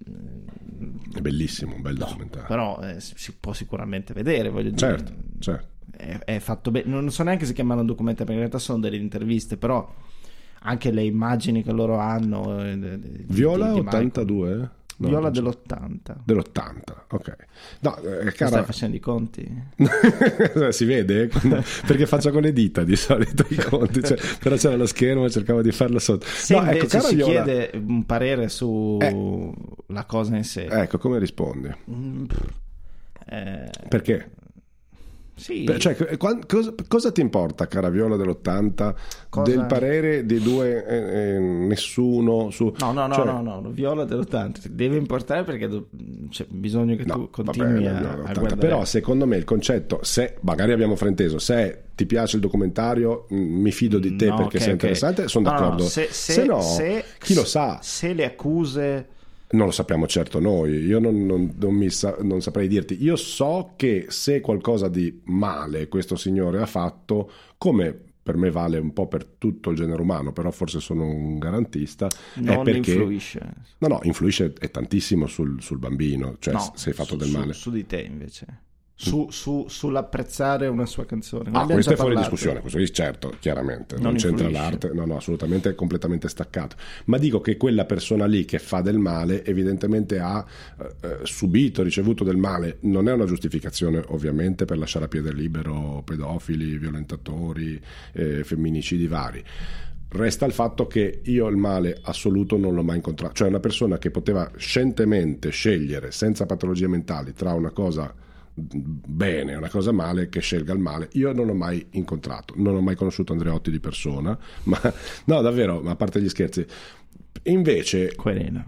è bellissimo, un bel no, documentario. Però eh, si può sicuramente vedere, voglio dire. Certo, certo. È, è fatto bene. Non so neanche se chiamano documentario, perché in realtà sono delle interviste, però anche le immagini che loro hanno. Eh, di, Viola di, di ottantadue? No, Viola dell'ottanta. Dell'ottanta, ok. No, eh, cara... Stai facendo i conti? Si vede? Perché faccio con le dita di solito i conti, cioè, però c'era lo schermo e cercavo di farlo sotto. Se no, invece ecco, cara si Viola... chiede un parere su eh. la cosa in sé, ecco, come rispondi? Mm, eh... Perché? Sì. Cioè, cosa, cosa ti importa, cara Viola dell'ottanta, cosa... del parere di due eh, eh, nessuno su... No, no, no, cioè... no, no, Viola dell'ottanta ti deve importare, perché do... c'è bisogno che no, tu continui vabbè, a, a guardare. Però secondo me il concetto, se magari abbiamo frainteso, se ti piace il documentario mi fido di te, no, perché okay, sei okay. interessante, sono no, d'accordo. No, se, se, se no, se, chi lo sa? Se le accuse... Non lo sappiamo certo noi, io non, non, non, mi sa, non saprei dirti. Io so che se qualcosa di male questo signore ha fatto, come per me vale un po' per tutto il genere umano, però forse sono un garantista, non è perché influisce. No, no, influisce è tantissimo sul, sul bambino, cioè no, se hai fatto su, del male. Su, su di te invece. Su, su, sull'apprezzare una sua canzone. Ah, questo è fuori discussione, questo lì certo, chiaramente, non, non c'entra l'arte, no, no, assolutamente, è completamente staccato. Ma dico che quella persona lì che fa del male evidentemente ha eh, subito, ricevuto del male, non è una giustificazione ovviamente per lasciare a piede libero pedofili, violentatori, eh, femminicidi vari. Resta il fatto che io il male assoluto non l'ho mai incontrato, cioè una persona che poteva scientemente scegliere senza patologie mentali tra una cosa bene e una cosa male, che scelga il male, io non l'ho mai incontrato, non ho mai conosciuto Andreotti di persona, ma no, davvero, ma a parte gli scherzi, invece Querena.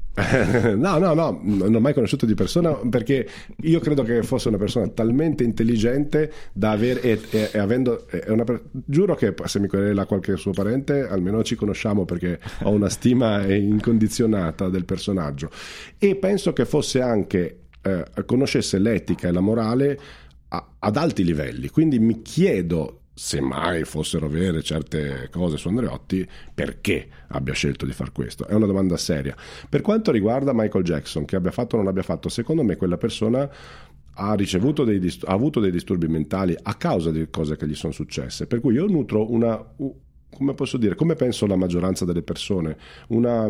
no no no non l'ho mai conosciuto di persona, perché io credo che fosse una persona talmente intelligente da avere e, e, e avendo è una, giuro che se mi querela qualche suo parente almeno ci conosciamo, perché ho una stima incondizionata del personaggio, e penso che fosse anche eh, conoscesse l'etica e la morale a, ad alti livelli, quindi mi chiedo, se mai fossero vere certe cose su Andreotti, perché abbia scelto di far questo? È una domanda seria. Per quanto riguarda Michael Jackson, che abbia fatto o non abbia fatto, secondo me quella persona ha ricevuto dei dist- ha avuto dei disturbi mentali a causa di cose che gli sono successe, per cui io nutro una come posso dire, come penso la maggioranza delle persone, una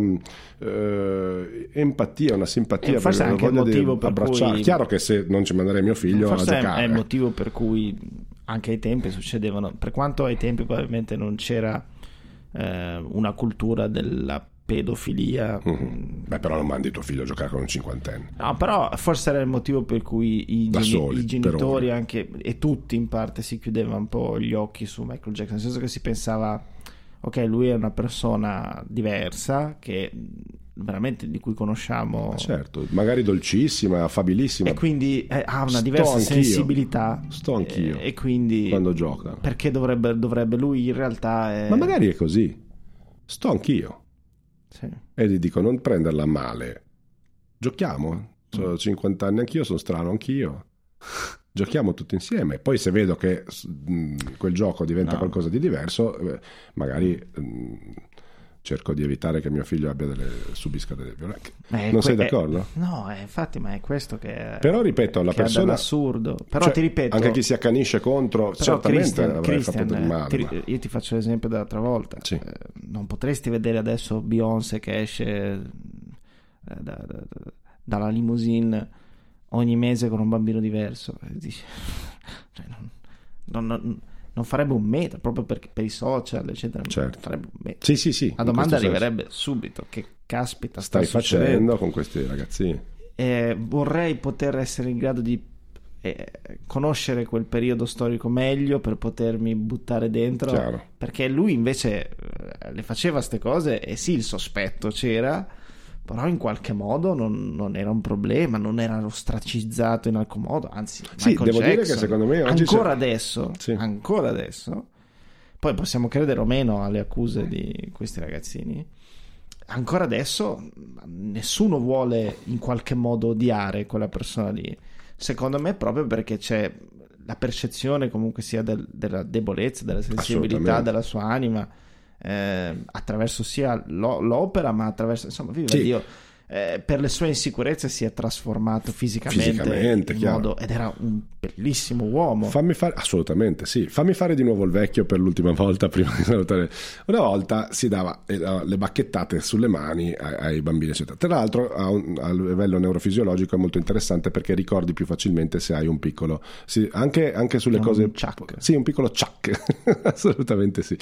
eh, empatia, una simpatia, e forse per anche il motivo per abbracciare. cui... Chiaro che se non ci manderei mio figlio forse a giocare, è il motivo per cui anche ai tempi succedevano, per quanto ai tempi probabilmente non c'era eh, una cultura della pedofilia. Mm-hmm. Beh, però non mandi tuo figlio a giocare con un cinquantenne. No, però forse era il motivo per cui i, geni- soli, i genitori anche, e tutti in parte, si chiudevano un po' gli occhi su Michael Jackson, nel senso che si pensava, ok, lui è una persona diversa che veramente di cui conosciamo, certo, magari dolcissima, affabilissima, e quindi eh, ha una Sto diversa anch'io. sensibilità. Sto anch'io. E, e quindi quando gioca, perché dovrebbe, dovrebbe lui in realtà è... ma magari è così, sto anch'io, sì. e gli dico non prenderla a male, giochiamo, sono mm. cinquanta anni anch'io, sono strano anch'io, giochiamo tutti insieme. Poi se vedo che mh, quel gioco diventa no. qualcosa di diverso, eh, magari mh, cerco di evitare che mio figlio abbia delle, subisca delle violenze. Non que- sei d'accordo? È, no, è, infatti, ma è questo che è, però ripeto, la che persona è assurdo. Però cioè, ti ripeto, anche chi si accanisce contro certamente Christian, avrebbe Christian, fatto del male. Ti, ma... io ti faccio l'esempio dell'altra volta. Sì. Eh, non potresti vedere adesso Beyoncé che esce eh, da, da, da, dalla limousine ogni mese con un bambino diverso. Dici, cioè, non, non, non, non farebbe un metro proprio perché per i social, eccetera. Certo. Farebbe un metro. Sì, sì, sì. La domanda arriverebbe senso. subito: che caspita stai sta facendo con questi ragazzini? Eh, vorrei poter essere in grado di eh, conoscere quel periodo storico meglio per potermi buttare dentro. Chiaro. Perché lui invece eh, le faceva ste cose e sì, il sospetto c'era, però in qualche modo non, non era un problema, non era ostracizzato in alcun modo, anzi sì, Michael devo Jackson, dire che secondo me oggi ancora c'è... adesso sì. ancora adesso poi possiamo credere o meno alle accuse di questi ragazzini, ancora adesso nessuno vuole in qualche modo odiare quella persona lì, secondo me proprio perché c'è la percezione comunque sia del, della debolezza, della sensibilità della sua anima, Eh, attraverso sia lo, l'opera, ma attraverso, insomma, viva sì. Dio, eh, per le sue insicurezze si è trasformato fisicamente, fisicamente in chiaro. modo, ed era un bellissimo uomo. Fammi fare, assolutamente sì, fammi fare di nuovo il vecchio per l'ultima volta prima di salutare. Una volta si dava le bacchettate sulle mani ai, ai bambini eccetera. Tra l'altro a, un, a livello neurofisiologico è molto interessante perché ricordi più facilmente se hai un piccolo sì, anche, anche sulle un cose ciak. sì, un piccolo ciak assolutamente sì.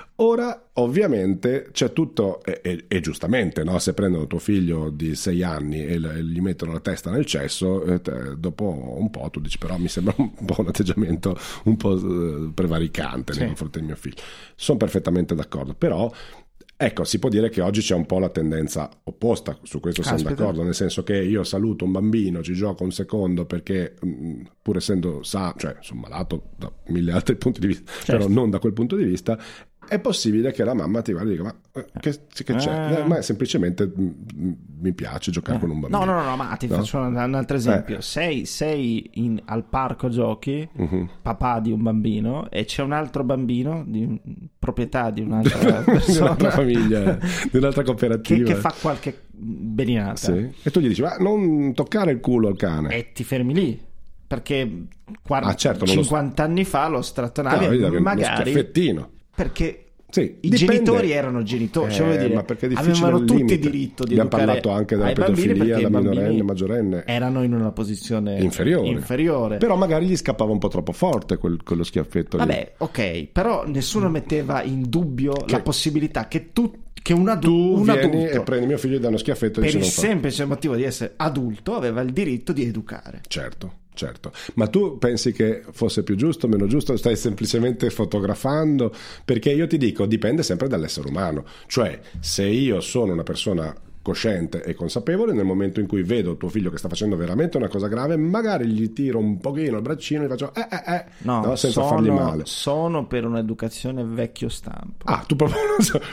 Ora ovviamente c'è tutto e, e, e giustamente, no? Se prendono tuo figlio di sei anni e, l- e gli mettono la testa nel cesso, eh, te, dopo un po' tu dici però mi sembra un po' un atteggiamento un po' eh, prevaricante nei sì. confronti del mio figlio. Sono perfettamente d'accordo, però ecco, si può dire che oggi c'è un po' la tendenza opposta, su questo Caspita. siamo d'accordo, nel senso che io saluto un bambino, ci gioco un secondo perché mh, pur essendo sa, cioè sono malato da mille altri punti di vista, certo. però non da quel punto di vista, è possibile che la mamma ti guardi e dica ma che, che c'è? Eh. Ma semplicemente mh, mi piace giocare eh. con un bambino. No, no, no, no ma ti no? faccio un, un altro esempio. Eh. Sei, sei in, al parco giochi, uh-huh. papà di un bambino, e c'è un altro bambino di un, proprietà di un'altra persona, di un'altra famiglia, di un'altra cooperativa che, che fa qualche beninata. Sì. E tu gli dici ma non toccare il culo al cane. E ti fermi lì. Perché quaranta, ah, certo, cinquanta anni fa lo strattonavi no, magari uno schiaffettino. Perché sì, i dipende. genitori erano genitori, eh, cioè, dire, ma perché avevano tutti diritto di abbiamo educare parlato anche della ai bambini, pedofilia, perché la i minorenne, maggiorenne erano in una posizione inferiore. inferiore. Però magari gli scappava un po' troppo forte quel, quello schiaffetto lì. Vabbè, ok, però nessuno metteva in dubbio che, la possibilità che tu che un, adu- tu un vieni adulto e prendi mio figlio e dai uno schiaffetto e per dici il non fa. semplice motivo di essere adulto aveva il diritto di educare. Certo. Certo, ma tu pensi che fosse più giusto, meno giusto? Stai semplicemente fotografando? Perché io ti dico, dipende sempre dall'essere umano. Cioè, se io sono una persona cosciente e consapevole, nel momento in cui vedo tuo figlio che sta facendo veramente una cosa grave, magari gli tiro un pochino il braccino e gli faccio eh eh eh no, no, senza sono, fargli male. Sono per un'educazione vecchio stampo. Ah, tu proprio non so.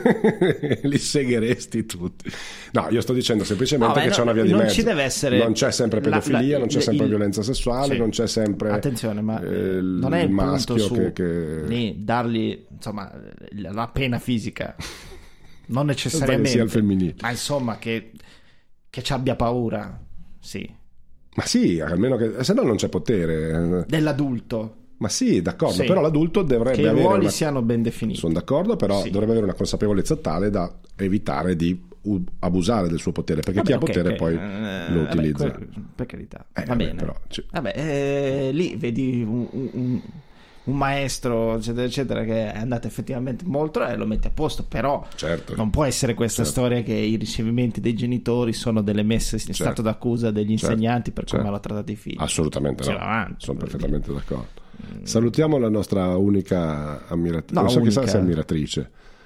li segheresti tutti. No, io sto dicendo semplicemente no, che no, c'è una via di non mezzo. Ci deve essere non c'è sempre pedofilia, la, la, non c'è sempre il, violenza sessuale, sì. non c'è sempre attenzione, ma eh, non è il maschio punto su che, che... lì, dargli insomma la pena fisica. Non necessariamente sia il femminile, ma insomma che, che ci abbia paura, sì. Ma sì, almeno che se no non c'è potere dell'adulto. Ma sì, d'accordo, sì. però l'adulto dovrebbe che i avere ruoli una... siano ben definiti. Sono d'accordo, però sì. dovrebbe avere una consapevolezza tale da evitare di u- abusare del suo potere, perché vabbè, chi okay, ha potere okay. poi eh, lo utilizza. Vabbè, per carità, eh, va vabbè, bene. Però, c- vabbè, eh, lì vedi un, un, un maestro, eccetera, eccetera, che è andato effettivamente molto e lo mette a posto, però certo. non può essere questa certo. storia che i ricevimenti dei genitori sono delle messe in certo. stato d'accusa degli insegnanti certo. per come certo. hanno trattato i figli. Assolutamente no, avanti, sono perfettamente dire. d'accordo. Salutiamo la nostra unica ammiratrice, no, non so unica. chissà se è ammiratrice,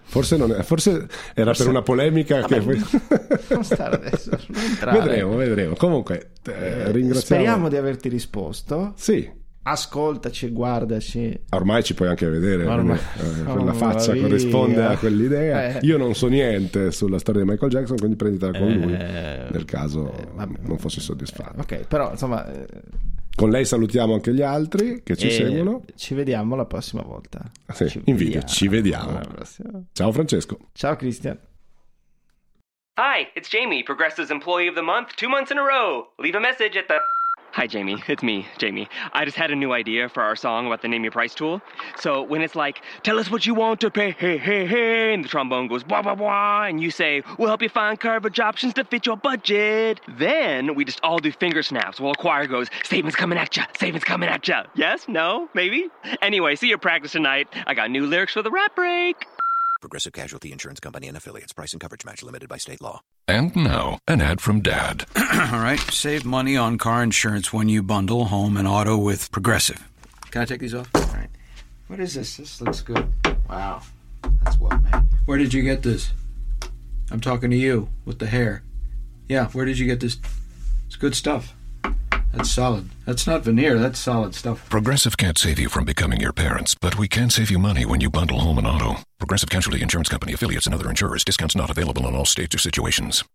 Forse, non è, forse era forse... per una polemica. Vabbè, che poi... non stare adesso. Non vedremo, vedremo. Comunque, eh, ringraziamo. Speriamo di averti risposto. Sì. Ascoltaci, guardaci. Ormai ci puoi anche vedere. Ormai... Eh, quella faccia via. Corrisponde a quell'idea. Eh. Io non so niente sulla storia di Michael Jackson, quindi prenditela con lui. Eh, nel caso eh, vabbè, non fossi soddisfatto. Eh, ok, però insomma. Eh... Con lei salutiamo anche gli altri che ci e seguono. Ci vediamo la prossima volta. Sì, ci in video, ci vediamo. Ciao Francesco. Ciao Christian. Hi, it's Jamie, Progressive's Employee of the Month, two months in a row. Leave a message at the... Hi, Jamie. It's me, Jamie. I just had a new idea for our song about the Name Your Price tool. So when it's like, tell us what you want to pay, hey, hey, hey, and the trombone goes, blah, blah, blah, and you say, we'll help you find coverage options to fit your budget. Then we just all do finger snaps while a choir goes, statements coming at ya, statements coming at ya. Yes? No? Maybe? Anyway, see you practice tonight. I got new lyrics for the rap break. Progressive Casualty Insurance Company and Affiliates. Price and coverage match limited by state law. And now, an ad from Dad. All right, save money on car insurance when you bundle home and auto with Progressive. Can I take these off? All right. What is this? This looks good. Wow. That's well made. Where did you get this? I'm talking to you with the hair. Yeah, where did you get this? It's good stuff. That's solid. That's not veneer, that's solid stuff. Progressive can't save you from becoming your parents, but we can save you money when you bundle home and auto. Progressive Casualty Insurance Company, affiliates, and other insurers. Discounts not available in all states or situations.